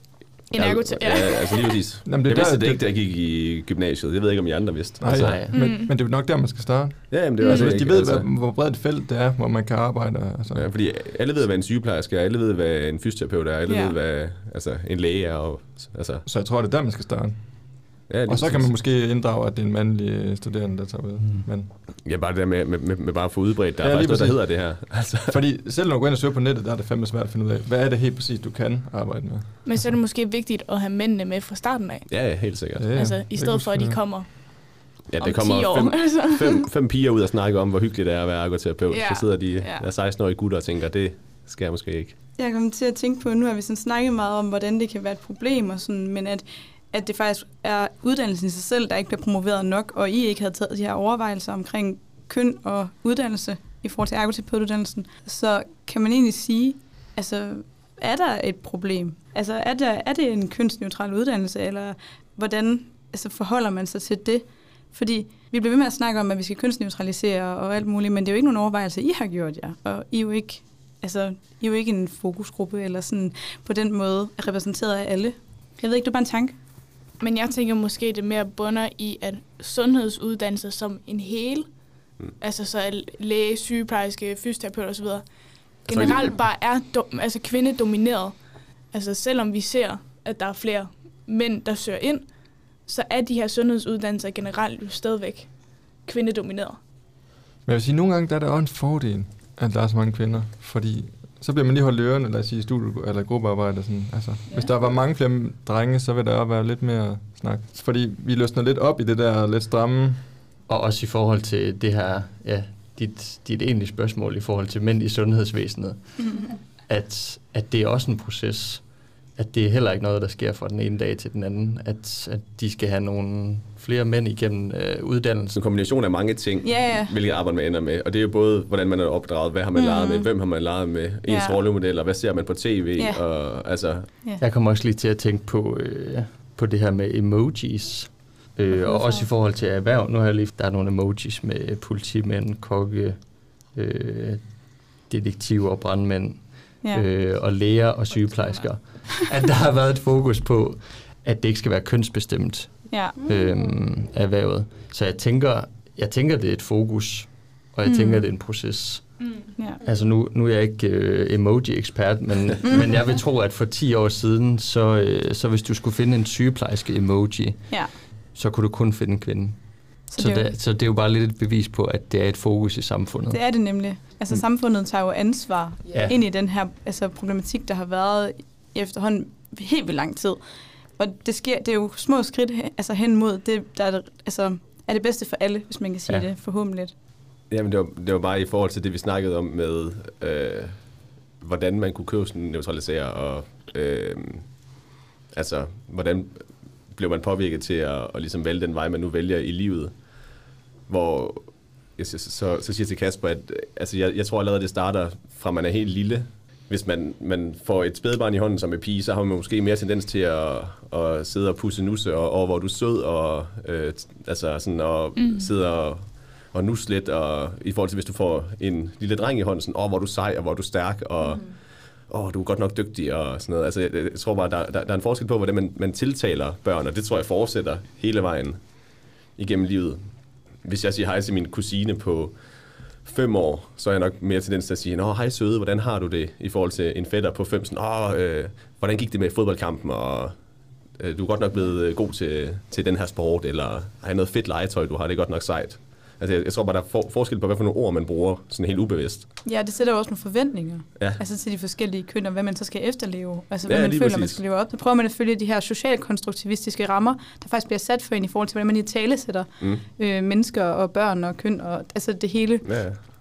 En ergoterapeut, ja. Ja, altså lige præcis. Jamen, det jeg vidste der, det ikke, da jeg gik i gymnasiet. Jeg ved ikke, om I andre vidste. Nej, altså, ja. men, mm. men det er nok der, man skal starte. Ja, jamen, det er altså, også hvis de ved, altså, hvad, hvor bredt et felt det er, hvor man kan arbejde. Altså. Ja, fordi alle ved, hvad en sygeplejerske er, alle ved, hvad en fysioterapeut er, alle ja. ved, hvad altså, en læge er. Og, altså. Så jeg tror, det er der, man skal starte. Ja, og så præcis. Kan man måske inddrage, at det er en mandlig studerende, der tager ved. Mm. Men ja, bare det der med, med, med, med bare at få udbredt. Der ja, er faktisk noget, der hedder det her. Altså. Fordi selv når du går ind og søger på nettet, der er det fandme svært at finde ud af, hvad er det helt præcis, du kan arbejde med. Men så er det måske vigtigt at have mændene med fra starten af. Ja, helt sikkert. Ja, ja. Altså i stedet for, at de kommer ja, det kommer fem, fem, fem piger ud og snakke om, hvor hyggeligt det er at være ergoterapeut. Ja. Så sidder de ja. seksten-årige gutter og tænker, det skal jeg måske ikke. Jeg kommer til at tænke på, nu har vi sådan snakket meget om, hvordan det kan være et problem, og sådan, men at at det faktisk er uddannelsen i sig selv, der ikke bliver promoveret nok, og I ikke havde taget de her overvejelser omkring køn og uddannelse i forhold til ergoterapeutuddannelsen, så kan man egentlig sige, altså, er der et problem? Altså, er, der, er det en kønsneutral uddannelse, eller hvordan altså, forholder man sig til det? Fordi vi bliver ved med at snakke om, at vi skal kønsneutralisere og alt muligt, men det er jo ikke nogen overvejelser, I har gjort jer, og I er jo ikke, altså, I er jo ikke en fokusgruppe, eller sådan på den måde repræsenteret af alle. Jeg ved ikke, det er bare en tanke. Men jeg tænker måske, det mere bunder i, at sundhedsuddannelser som en hel, mm. altså så læge, sygeplejerske, fysioterapeut osv., generelt bare er do, altså kvindedomineret. Altså selvom vi ser, at der er flere mænd, der søger ind, så er de her sundhedsuddannelser generelt jo stadigvæk kvindedomineret. Men jeg vil sige, nogle gange der er der også en fordel, at der er så mange kvinder, fordi så bliver man lige holdt i ørerne, lad os sige, studie- eller gruppearbejde. Sådan. Altså, ja. Hvis der var mange flere drenge, så vil der også være lidt mere snak. Fordi vi løsner lidt op i det der lidt stramme. Og også i forhold til det her, ja, dit, dit egentlige spørgsmål i forhold til mænd i sundhedsvæsenet. at, at det er også en proces. At det er heller ikke noget, der sker fra den ene dag til den anden. At, at de skal have nogle flere mænd igennem øh, uddannelsen. En kombination af mange ting, yeah. hvilket arbejde man ender med. Og det er jo både, hvordan man er opdraget, hvad har man mm. leget med, hvem har man leget med, ens yeah. rollemodeller, hvad ser man på tv. Yeah. Og, altså. Yeah. Jeg kommer også lige til at tænke på, øh, på det her med emojis. Øh, og også i forhold til erhverv. Nu har jeg lige, der er nogle emojis med politimænd, kokke, øh, detektiver, brandmænd, yeah. øh, og læger og sygeplejersker. At der har været et fokus på, at det ikke skal være kønsbestemt ja. øhm, erhvervet. Så jeg tænker, jeg tænker, det er et fokus, og jeg mm. tænker, det er en proces. Mm. Ja. Altså nu, nu er jeg ikke øh, emoji-ekspert, men, men jeg vil tro, at for ti år siden, så, øh, så hvis du skulle finde en sygeplejerske emoji, ja. så kunne du kun finde en kvinde. Så, så, det det er, så det er jo bare lidt et bevis på, at det er et fokus i samfundet. Det er det nemlig. Altså mm. samfundet tager jo ansvar ja. ind i den her altså, problematik, der har været efterhånden helt vildt lang tid. Og det sker, det er jo små skridt altså, hen mod det, der er det, altså, er det bedste for alle, hvis man kan sige ja. det, forhåbentlig. Jamen, det var, det var bare i forhold til det, vi snakkede om med, øh, hvordan man kunne kønsneutralisere, og øh, altså, hvordan blev man påvirket til at, at ligesom vælge den vej, man nu vælger i livet. Hvor jeg så, så, så siger jeg til Kasper, at altså, jeg, jeg tror allerede, det starter fra, man er helt lille. Hvis man, man får et spædbarn i hånden som er pige, så har man måske mere tendens til at, at sidde og pusse nusse, og, og hvor du er sød, og, øh, altså sådan, og mm. sidde og, og nusse lidt, og i forhold til, hvis du får en lille dreng i hånden, sådan, åh, hvor er du sej, og hvor er du stærk, og mm. åh, du er godt nok dygtig, og sådan noget. Altså, jeg, jeg tror bare, der, der, der er en forskel på, hvordan man, man tiltaler børn, og det tror jeg fortsætter hele vejen igennem livet. Hvis jeg siger hej til min kusine på fem år, så er jeg nok mere tendens til at sige, nå, hej søde, hvordan har du det? I forhold til en fætter på fem, sådan, åh, øh, hvordan gik det med fodboldkampen, og øh, du er godt nok blevet god til, til den her sport, eller har noget fedt legetøj, du har, det er godt nok sejt. Altså, jeg, jeg tror bare, der er for, forskel på, hvad for nogle ord, man bruger, sådan helt ubevidst. Ja, det sætter jo også nogle forventninger, ja. altså til de forskellige køn, og hvad man så skal efterleve, altså hvad ja, man føler, præcis. man skal leve op. Så prøver man at følge de her socialkonstruktivistiske rammer, der faktisk bliver sat for en i forhold til, hvordan man i tale sætter mm. øh, mennesker og børn og køn, og altså det hele. Ja.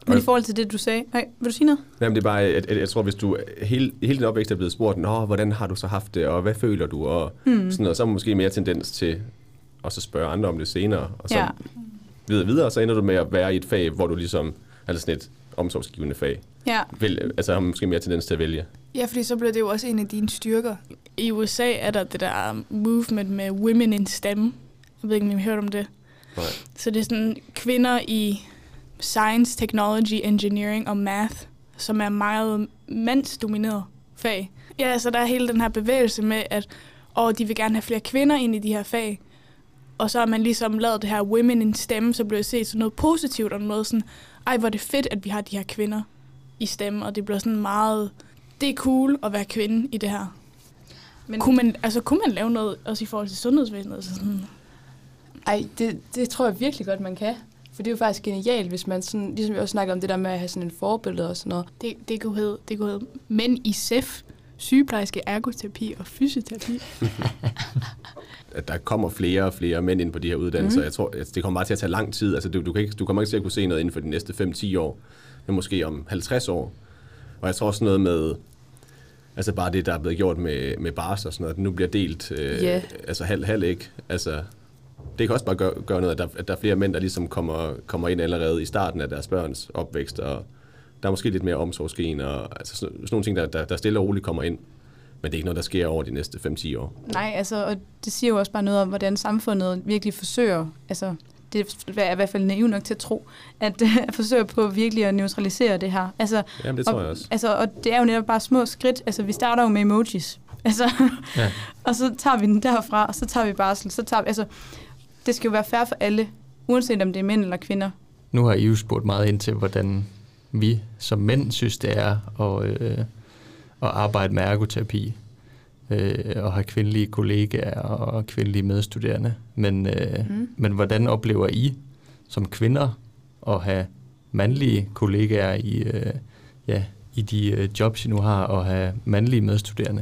Men i forhold til det, du sagde... Nej, vil du sige noget? Jamen, det er bare, at, at jeg tror, hvis du hele, hele din opvækst er blevet spurgt, Nå, hvordan har du så haft det, og hvad føler du, og hmm. sådan noget, så er man måske mere tendens til at så spørge andre om det senere, og så ja. videre videre, og så ender du med at være i et fag, hvor du ligesom, altså sådan et omsorgsgivende fag, ja. Vel, altså har man måske mere tendens til at vælge. Ja, fordi så bliver det jo også en af dine styrker. I U S A er der det der movement med Women in STEM. Jeg ved ikke, om I har hørt om det. Nej. Så det er sådan kvinder i Science, Technology, Engineering og Math, som er meget mandsdomineret fag. Ja, så der er hele den her bevægelse med, at åh, de vil gerne have flere kvinder ind i de her fag. Og så har man ligesom lavet det her Women in STEM, så bliver det set som noget positivt, og noget sådan, ej, hvor er det fedt, at vi har de her kvinder i STEM, og det bliver sådan meget, det er cool at være kvinde i det her. Men kunne man, altså, kunne man lave noget også i forhold til sundhedsvæsenet? Altså sådan? Ej, det, det tror jeg virkelig godt, man kan. For det er jo faktisk genialt, hvis man sådan, ligesom vi også snakker om det der med at have sådan en forbillede og sådan noget. Det, det kunne hedde, det kunne hedde mænd i S E F, sygeplejerske, ergoterapi og fysioterapi. At der kommer flere og flere mænd ind på de her uddannelser. Mm. Jeg tror, det kommer bare til at tage lang tid. Altså, du, du, kan ikke, du kommer ikke til at kunne se noget inden for de næste fem til ti år, men måske om halvtreds år. Og jeg tror også noget med, altså bare det, der er blevet gjort med, med barsel og sådan noget, at nu bliver delt øh, yeah. altså halv, halv ikke. Altså, det kan også bare gøre, gøre noget, at der, at der er flere mænd, der ligesom kommer, kommer ind allerede i starten af deres børns opvækst, og der er måske lidt mere omsorgsgen, og altså sådan, sådan nogle ting, der, der, der stille og roligt kommer ind. Men det er ikke noget, der sker over de næste fem til ti år. Nej, altså, og det siger jo også bare noget om, hvordan samfundet virkelig forsøger, altså, det er i hvert fald naiv nok til at tro, at at forsøge på virkelig at neutralisere det her. Altså, Jamen, det tror og, jeg også. Altså, og det er jo netop bare små skridt. Altså, vi starter jo med emojis. Altså, ja. Og så tager vi den derfra, og så tager vi barsel. Så tager vi, altså, det skal jo være fair for alle, uanset om det er mænd eller kvinder. Nu har I jo spurgt meget ind til, hvordan vi som mænd synes, det er at, øh, at arbejde med ergoterapi. Øh, og have kvindelige kollegaer og kvindelige medstuderende. Men, øh, mm. men hvordan oplever I som kvinder at have mandlige kollegaer i, øh, ja, i de øh, jobs, I nu har, og have mandlige medstuderende?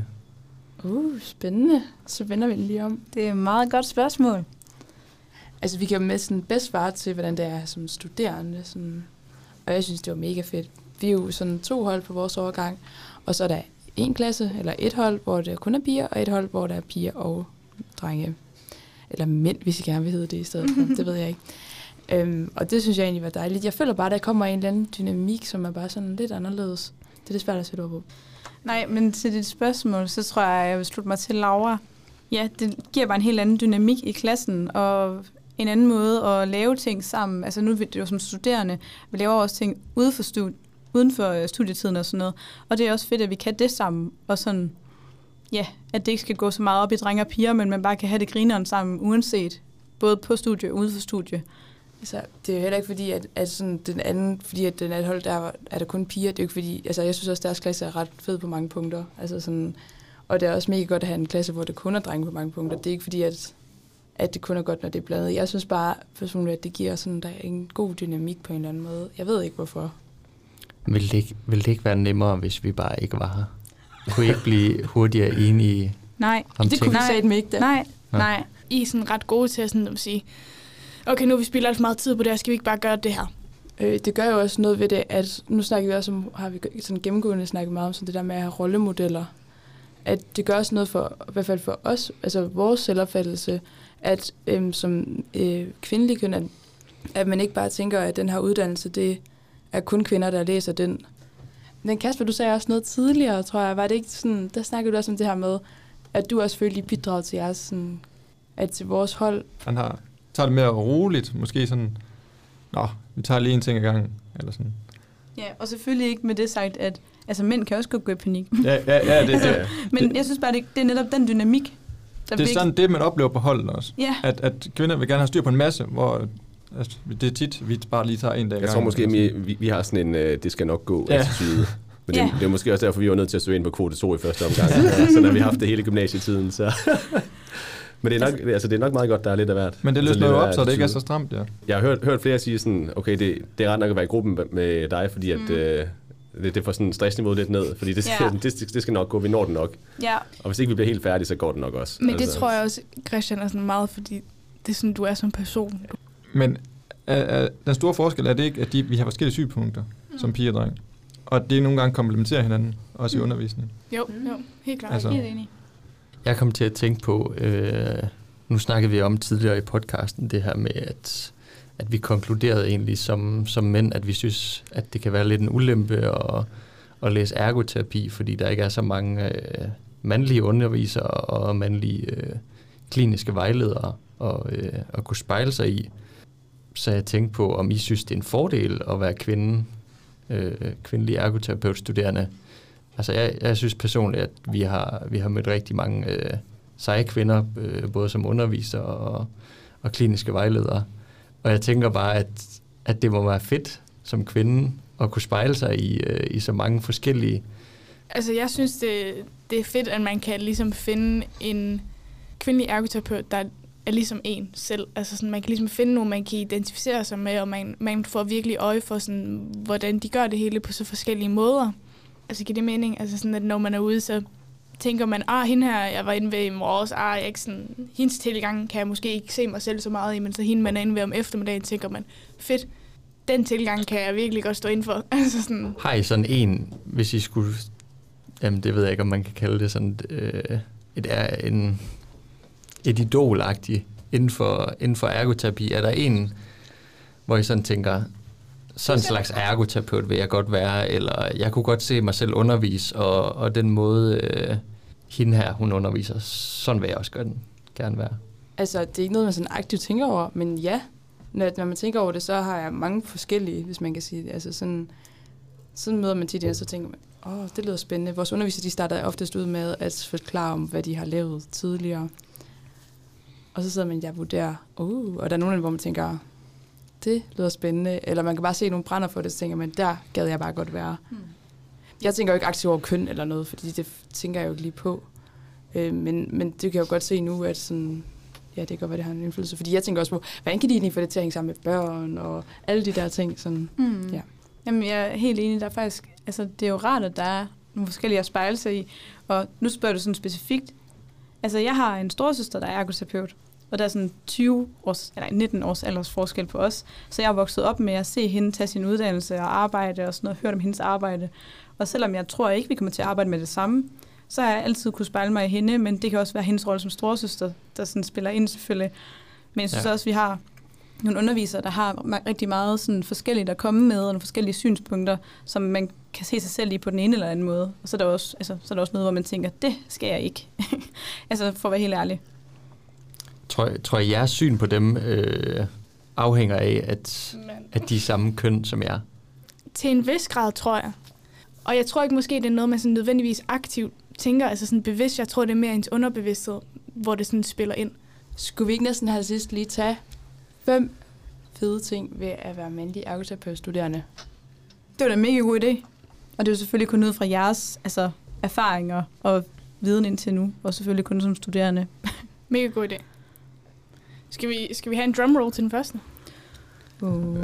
Uh, spændende. Så vender vi lige om. Det er et meget godt spørgsmål. Altså, vi kan jo med sådan bedst svare til, hvordan det er som studerende. Sådan. Og jeg synes, det var mega fedt. Vi er jo sådan to hold på vores årgang, og så er der en klasse, eller et hold, hvor det kun er piger, og et hold, hvor der er piger og drenge. Eller mænd, hvis I gerne vil hedde det i stedet for. Det ved jeg ikke. Øhm, og det synes jeg egentlig var dejligt. Jeg føler bare, at der kommer en eller anden dynamik, som er bare sådan lidt anderledes. Det er lidt svært at sætte ord på. Nej, men til dit spørgsmål, så tror jeg, jeg vil slutte mig til Laura. Ja, det giver bare en helt anden dynamik i klassen, og en anden måde at lave ting sammen. Altså nu er det jo som studerende, vi laver også ting ude for studiet, uden for studietiden og sådan noget. Og det er også fedt, at vi kan det sammen, og sådan, ja, at det ikke skal gå så meget op i drenge og piger, men man bare kan have det grineren sammen, uanset, både på studie og uden for studie. Altså, det er jo heller ikke fordi, at, at sådan den anden, fordi at den anden hold, der er der kun piger, det er jo ikke fordi, altså jeg synes også, at deres klasse er ret fed på mange punkter, altså sådan, og det er også mega godt at have en klasse, hvor det kun er drenge på mange punkter. Det er ikke fordi, at, at det kun er godt, når det er blandet. Jeg synes bare personligt, at det giver sådan, der er en god dynamik på en eller anden måde. Jeg ved ikke, hvorfor. Vil det, ikke, vil det ikke være nemmere, hvis vi bare ikke var her? Kunne I ikke blive hurtigere enige? Nej, om det kunne vi sige ikke da. Nej, nej. nej. I er sådan ret gode til at, sådan, at sige, okay, nu har vi spillet alt for meget tid på det her, skal vi ikke bare gøre det her? Øh, det gør jo også noget ved det, at nu snakker vi også om, har vi sådan gennemgående snakket meget om sådan det der med at have rollemodeller. At det gør også noget for, i hvert fald for os, altså vores selvopfattelse, at øhm, som øh, kvindelig køn, at, at man ikke bare tænker, at den her uddannelse, det er kun kvinder, der læser den. Men Kasper, du sagde også noget tidligere, tror jeg. Var det ikke sådan, der snakkede du også om det her med, at du også følte bidrag til jeres, sådan, at til vores hold. Han har tager det mere roligt, måske sådan, nå, vi tager lige en ting ad gangen, eller sådan. Ja, og selvfølgelig ikke med det sagt, at altså, mænd kan også godt gå i panik. Ja, ja, ja det, altså, det, men det, jeg synes bare, det, det er netop den dynamik, der det er sådan det, man oplever på holdet også. Ja. At, at kvinder vil gerne have styr på en masse, hvor altså, det er tit, vi bare lige tager en dag ad Jeg tror måske, vi, vi, vi har sådan en, uh, det skal nok gå, ja. attitude. Men det, ja. det er måske også derfor, vi var nødt til at søge ind på kvote to i første omgang. Så når vi har haft det hele gymnasietiden, så... Men det er, nok, altså, det er nok meget godt, der er lidt af hvert. Men det løsner jo op, så det ikke er så stramt, ja. Jeg har hørt, hørt flere sige sådan, okay, det, det er ret nok at være i gruppen med dig, fordi at, mm. øh, det, det får sådan stressniveauet lidt ned, fordi det, ja. det, det skal nok gå, vi når det nok. Ja. Og hvis ikke vi bliver helt færdige, så går det nok også. Men altså. det tror jeg også, Christian, er sådan meget, fordi det er sådan, du er som person. Men er, er, den store forskel er det ikke, at de, vi har forskellige synspunkter, mm. som piger og dreng. Og det nogle gange komplementerer hinanden, også mm. i undervisningen. Jo, jo, helt klart. Altså. Helt enig. Jeg kom til at tænke på, øh, nu snakkede vi om tidligere i podcasten, det her med, at, at vi konkluderede egentlig som, som mænd, at vi synes, at det kan være lidt en ulempe at, at læse ergoterapi, fordi der ikke er så mange øh, mandlige undervisere og mandlige øh, kliniske vejledere at, øh, at kunne spejle sig i. Så jeg tænkte på, om I synes, det er en fordel at være kvinde, øh, kvindelig ergoterapeutstuderende. Altså jeg, jeg synes personligt, at vi har, vi har mødt rigtig mange øh, seje kvinder, øh, både som undervisere og, og kliniske vejledere. Og jeg tænker bare, at, at det må være fedt som kvinde at kunne spejle sig i, øh, i så mange forskellige. Altså jeg synes, det, det er fedt, at man kan ligesom finde en kvindelig ergoterapeut, der er ligesom en selv. Altså sådan, man kan ligesom finde nogen, man kan identificere sig med, og man, man får virkelig øje for, sådan, hvordan de gør det hele på så forskellige måder. Altså giver det mening? Altså sådan, at når man er ude, så tænker man, ah, hende her, jeg var inde ved i morges, ah, jeg er ikke sådan, hendes tilgang kan jeg måske ikke se mig selv så meget i, men så hende, man er inde ved om eftermiddagen, tænker man, fedt, den tilgang kan jeg virkelig godt stå ind for. Altså sådan. Har I sådan en, hvis I skulle, jamen det ved jeg ikke, om man kan kalde det sådan, øh, et, en, et idolagtigt inden for, inden for ergoterapi, er der en, hvor I sådan tænker, sådan en slags ergoterapeut vil jeg godt være, eller jeg kunne godt se mig selv undervise, og, og den måde, øh, hende her, hun underviser, sådan vil jeg også gerne, gerne være. Altså, det er ikke noget, man sådan aktivt tænker over, men ja, når, når man tænker over det, så har jeg mange forskellige, hvis man kan sige det. Altså sådan, sådan møder man tit det, og så tænker man, åh, oh, det lyder spændende. Vores undervisere, de starter oftest ud med at forklare om, hvad de har lavet tidligere. Og så sidder man, jeg vurderer, uh, og der er nogen, hvor man tænker, det lyder spændende, eller man kan bare se nogle brænder for det, så tænker man, der gad jeg bare godt være. Hmm. Jeg tænker jo ikke aktivt over køn eller noget, fordi det tænker jeg jo ikke lige på. Øh, men, men det kan jeg jo godt se nu, at sådan, ja, det kan godt være, det har en indflydelse. Fordi jeg tænker også på, hvordan kan de egentlig få det til at hænge sammen med børn, og alle de der ting. Sådan, hmm. ja. Jamen, jeg er helt enig, der er faktisk, altså det er jo rart, at der er nogle forskellige at spejle sig i. Og nu spørger du sådan specifikt. Altså, jeg har en storesøster, der er ergoterapeut. Og der er sådan tyve års, eller nitten års alders forskel på os. Så jeg er vokset op med at se hende tage sin uddannelse og arbejde og sådan noget, hørt om hendes arbejde. Og selvom jeg tror ikke, vi kommer til at arbejde med det samme, så har jeg altid kunne spejle mig i hende, men det kan også være hendes rolle som storesøster, der sådan spiller ind selvfølgelig. Men jeg synes ja. også, vi har nogle undervisere, der har rigtig meget sådan forskelligt at komme med, og nogle forskellige synspunkter, som man kan se sig selv i på den ene eller anden måde. Og så er der også, altså, så er der også noget, hvor man tænker, det skal jeg ikke. Altså for at være helt ærlig. Tror, tror jeg, jeres syn på dem øh, afhænger af, at, at de er samme køn som jer? Til en vis grad, tror jeg. Og jeg tror ikke måske, det er noget, man sådan nødvendigvis aktivt tænker, altså sådan bevidst. Jeg tror, det er mere ens underbevidsthed, hvor det sådan spiller ind. Skulle vi ikke næsten have sidst lige tage fem fede ting ved at være mandlig ergoterapeutstuderende? Det var da en mega god idé. Og det er jo selvfølgelig kun ud fra jeres altså, erfaringer og viden indtil nu, og selvfølgelig kun som studerende. Mega god idé. Skal vi, skal vi have en drumroll til den første? Uh.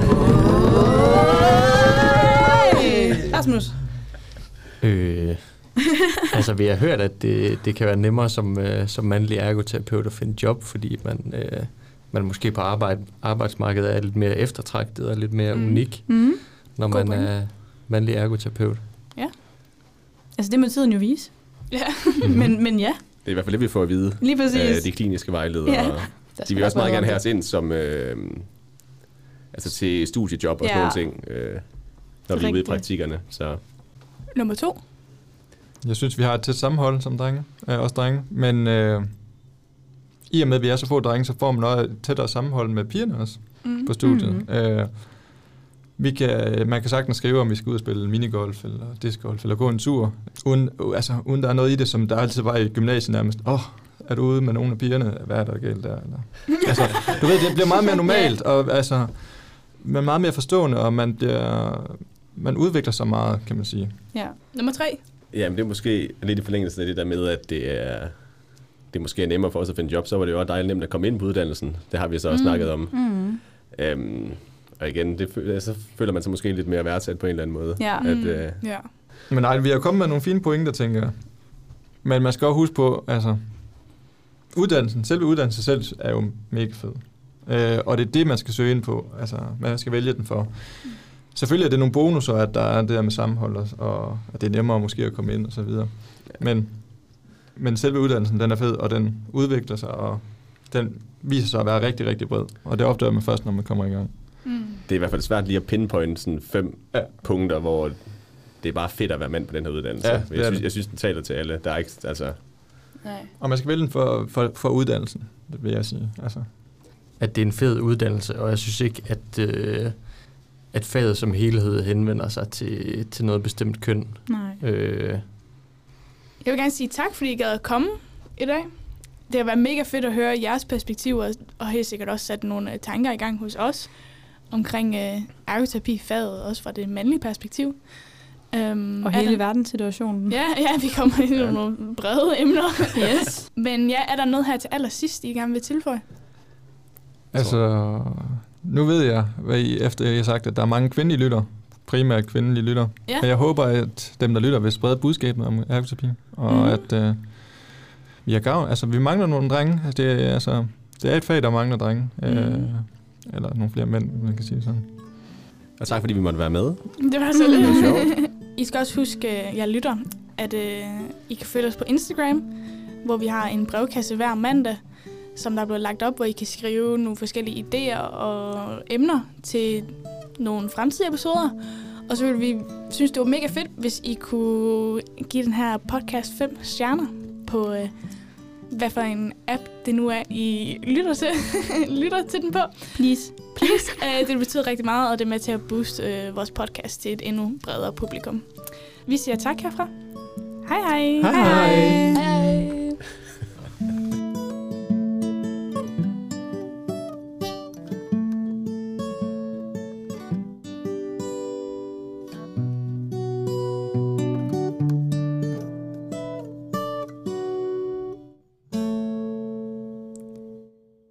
Hey! Rasmus. Øh, altså, vi har hørt, at det, det kan være nemmere som, øh, som mandlig ergoterapeut at finde job, fordi man, øh, man måske på arbejde, arbejdsmarkedet er lidt mere eftertragtet og lidt mere mm. unik, mm. når God man point. Er mandlig ergoterapeut. Ja. Altså, det må tiden jo vise. Ja. Mm-hmm. men, men ja. Det er i hvert fald det, vi får at vide. Lige præcis. Af de kliniske vejledere. Ja. De vil også meget gerne have os ind som, øh, altså til studiejob og ja. sådan nogle ting, øh, når vi er ude i praktikkerne. Så. Nummer to. Jeg synes, vi har et tæt sammenhold som drenge, øh, også drenge, men øh, i og med, at vi er så få drenge, så får man noget tættere sammenhold med pigerne også mm. på studiet. Mm. Øh, vi kan, man kan sagtens skrive, om vi skal ud og spille minigolf eller discgolf eller gå en tur, uden, altså, uden der er noget i det, som der altid var i gymnasiet nærmest. Åh, oh, er du ude med nogle af pigerne? Hvad er der galt der? Eller? Altså, du ved, det bliver meget mere normalt, og altså, man er meget mere forstående, og man, bliver, man udvikler sig meget, kan man sige. Ja. Nummer tre. Jamen, det er måske lidt i forlængelsen af det der med, at det er, det måske er nemmere for os at finde job, så var det jo også dejligt nemt at komme ind på uddannelsen. Det har vi så også mm. snakket om. Mm. Øhm, og igen, det, så føler man sig måske lidt mere værdsat på en eller anden måde. Ja. At, øh, ja. Men nej, vi har kommet med nogle fine pointer, tænker jeg. Men man skal også huske på, altså, uddannelsen, selve uddannelsen selv er jo mega fed. Øh, og det er det, man skal søge ind på. Altså, man skal vælge den for. Selvfølgelig er det nogle bonusser, at der er det der med sammenhold, og, og at det er nemmere måske at komme ind og så videre. Men, men selve uddannelsen, den er fed, og den udvikler sig, og den viser sig at være rigtig, rigtig bred. Og det opdager man først, når man kommer i gang. Mm. Det er i hvert fald svært lige at pinpointe sådan fem ja. punkter, hvor det er bare fedt at være mand på den her uddannelse. Ja, jeg, synes, jeg synes, den taler til alle. Der er ikke, altså... Nej. Og man skal vælge den for, for, for uddannelsen, det vil jeg sige. Altså. At det er en fed uddannelse, og jeg synes ikke, at, øh, at faget som helhed henvender sig til, til noget bestemt køn. Nej. Øh. Jeg vil gerne sige tak, fordi I gad at komme i dag. Det har været mega fedt at høre jeres perspektiver, og helt sikkert også sat nogle tanker i gang hos os omkring øh, ergoterapi-faget, også fra det mandlige perspektiv. Um, og hele der... verdenssituationen. Ja, ja, vi kommer ind i ja. nogle brede emner. Yes. Men ja, er der noget her til allersidst, I gerne vil tilføje? Altså, nu ved jeg, hvad I, efter jeg har sagt, at der er mange kvindelige lytter, primært kvindelige lytter. Ja. Og jeg håber, at dem, der lytter, vil sprede budskabet om ergoterapi, og mm. at øh, vi har gavn. Altså, vi mangler nogle drenge. Altså, det, er, altså, det er et fag, der mangler drenge. Mm. Øh, eller nogle flere mænd, man kan sige sådan. Og tak, fordi vi måtte være med. Det var så lidt sjovt. I skal også huske, jeg lytter, at øh, I kan følge os på Instagram, hvor vi har en brevkasse hver mandag, som der er blevet lagt op, hvor I kan skrive nogle forskellige idéer og emner til nogle fremtidige episoder. Og så ville vi synes, det var mega fedt, hvis I kunne give den her podcast fem stjerner på, øh, hvad for en app det nu er, I lytter til, lytter til den på. Please. Please. Uh, det betyder rigtig meget, og det er med til at booste uh, vores podcast til et endnu bredere publikum. Vi siger tak herfra. Hej hej. Hej hej. Hej hej.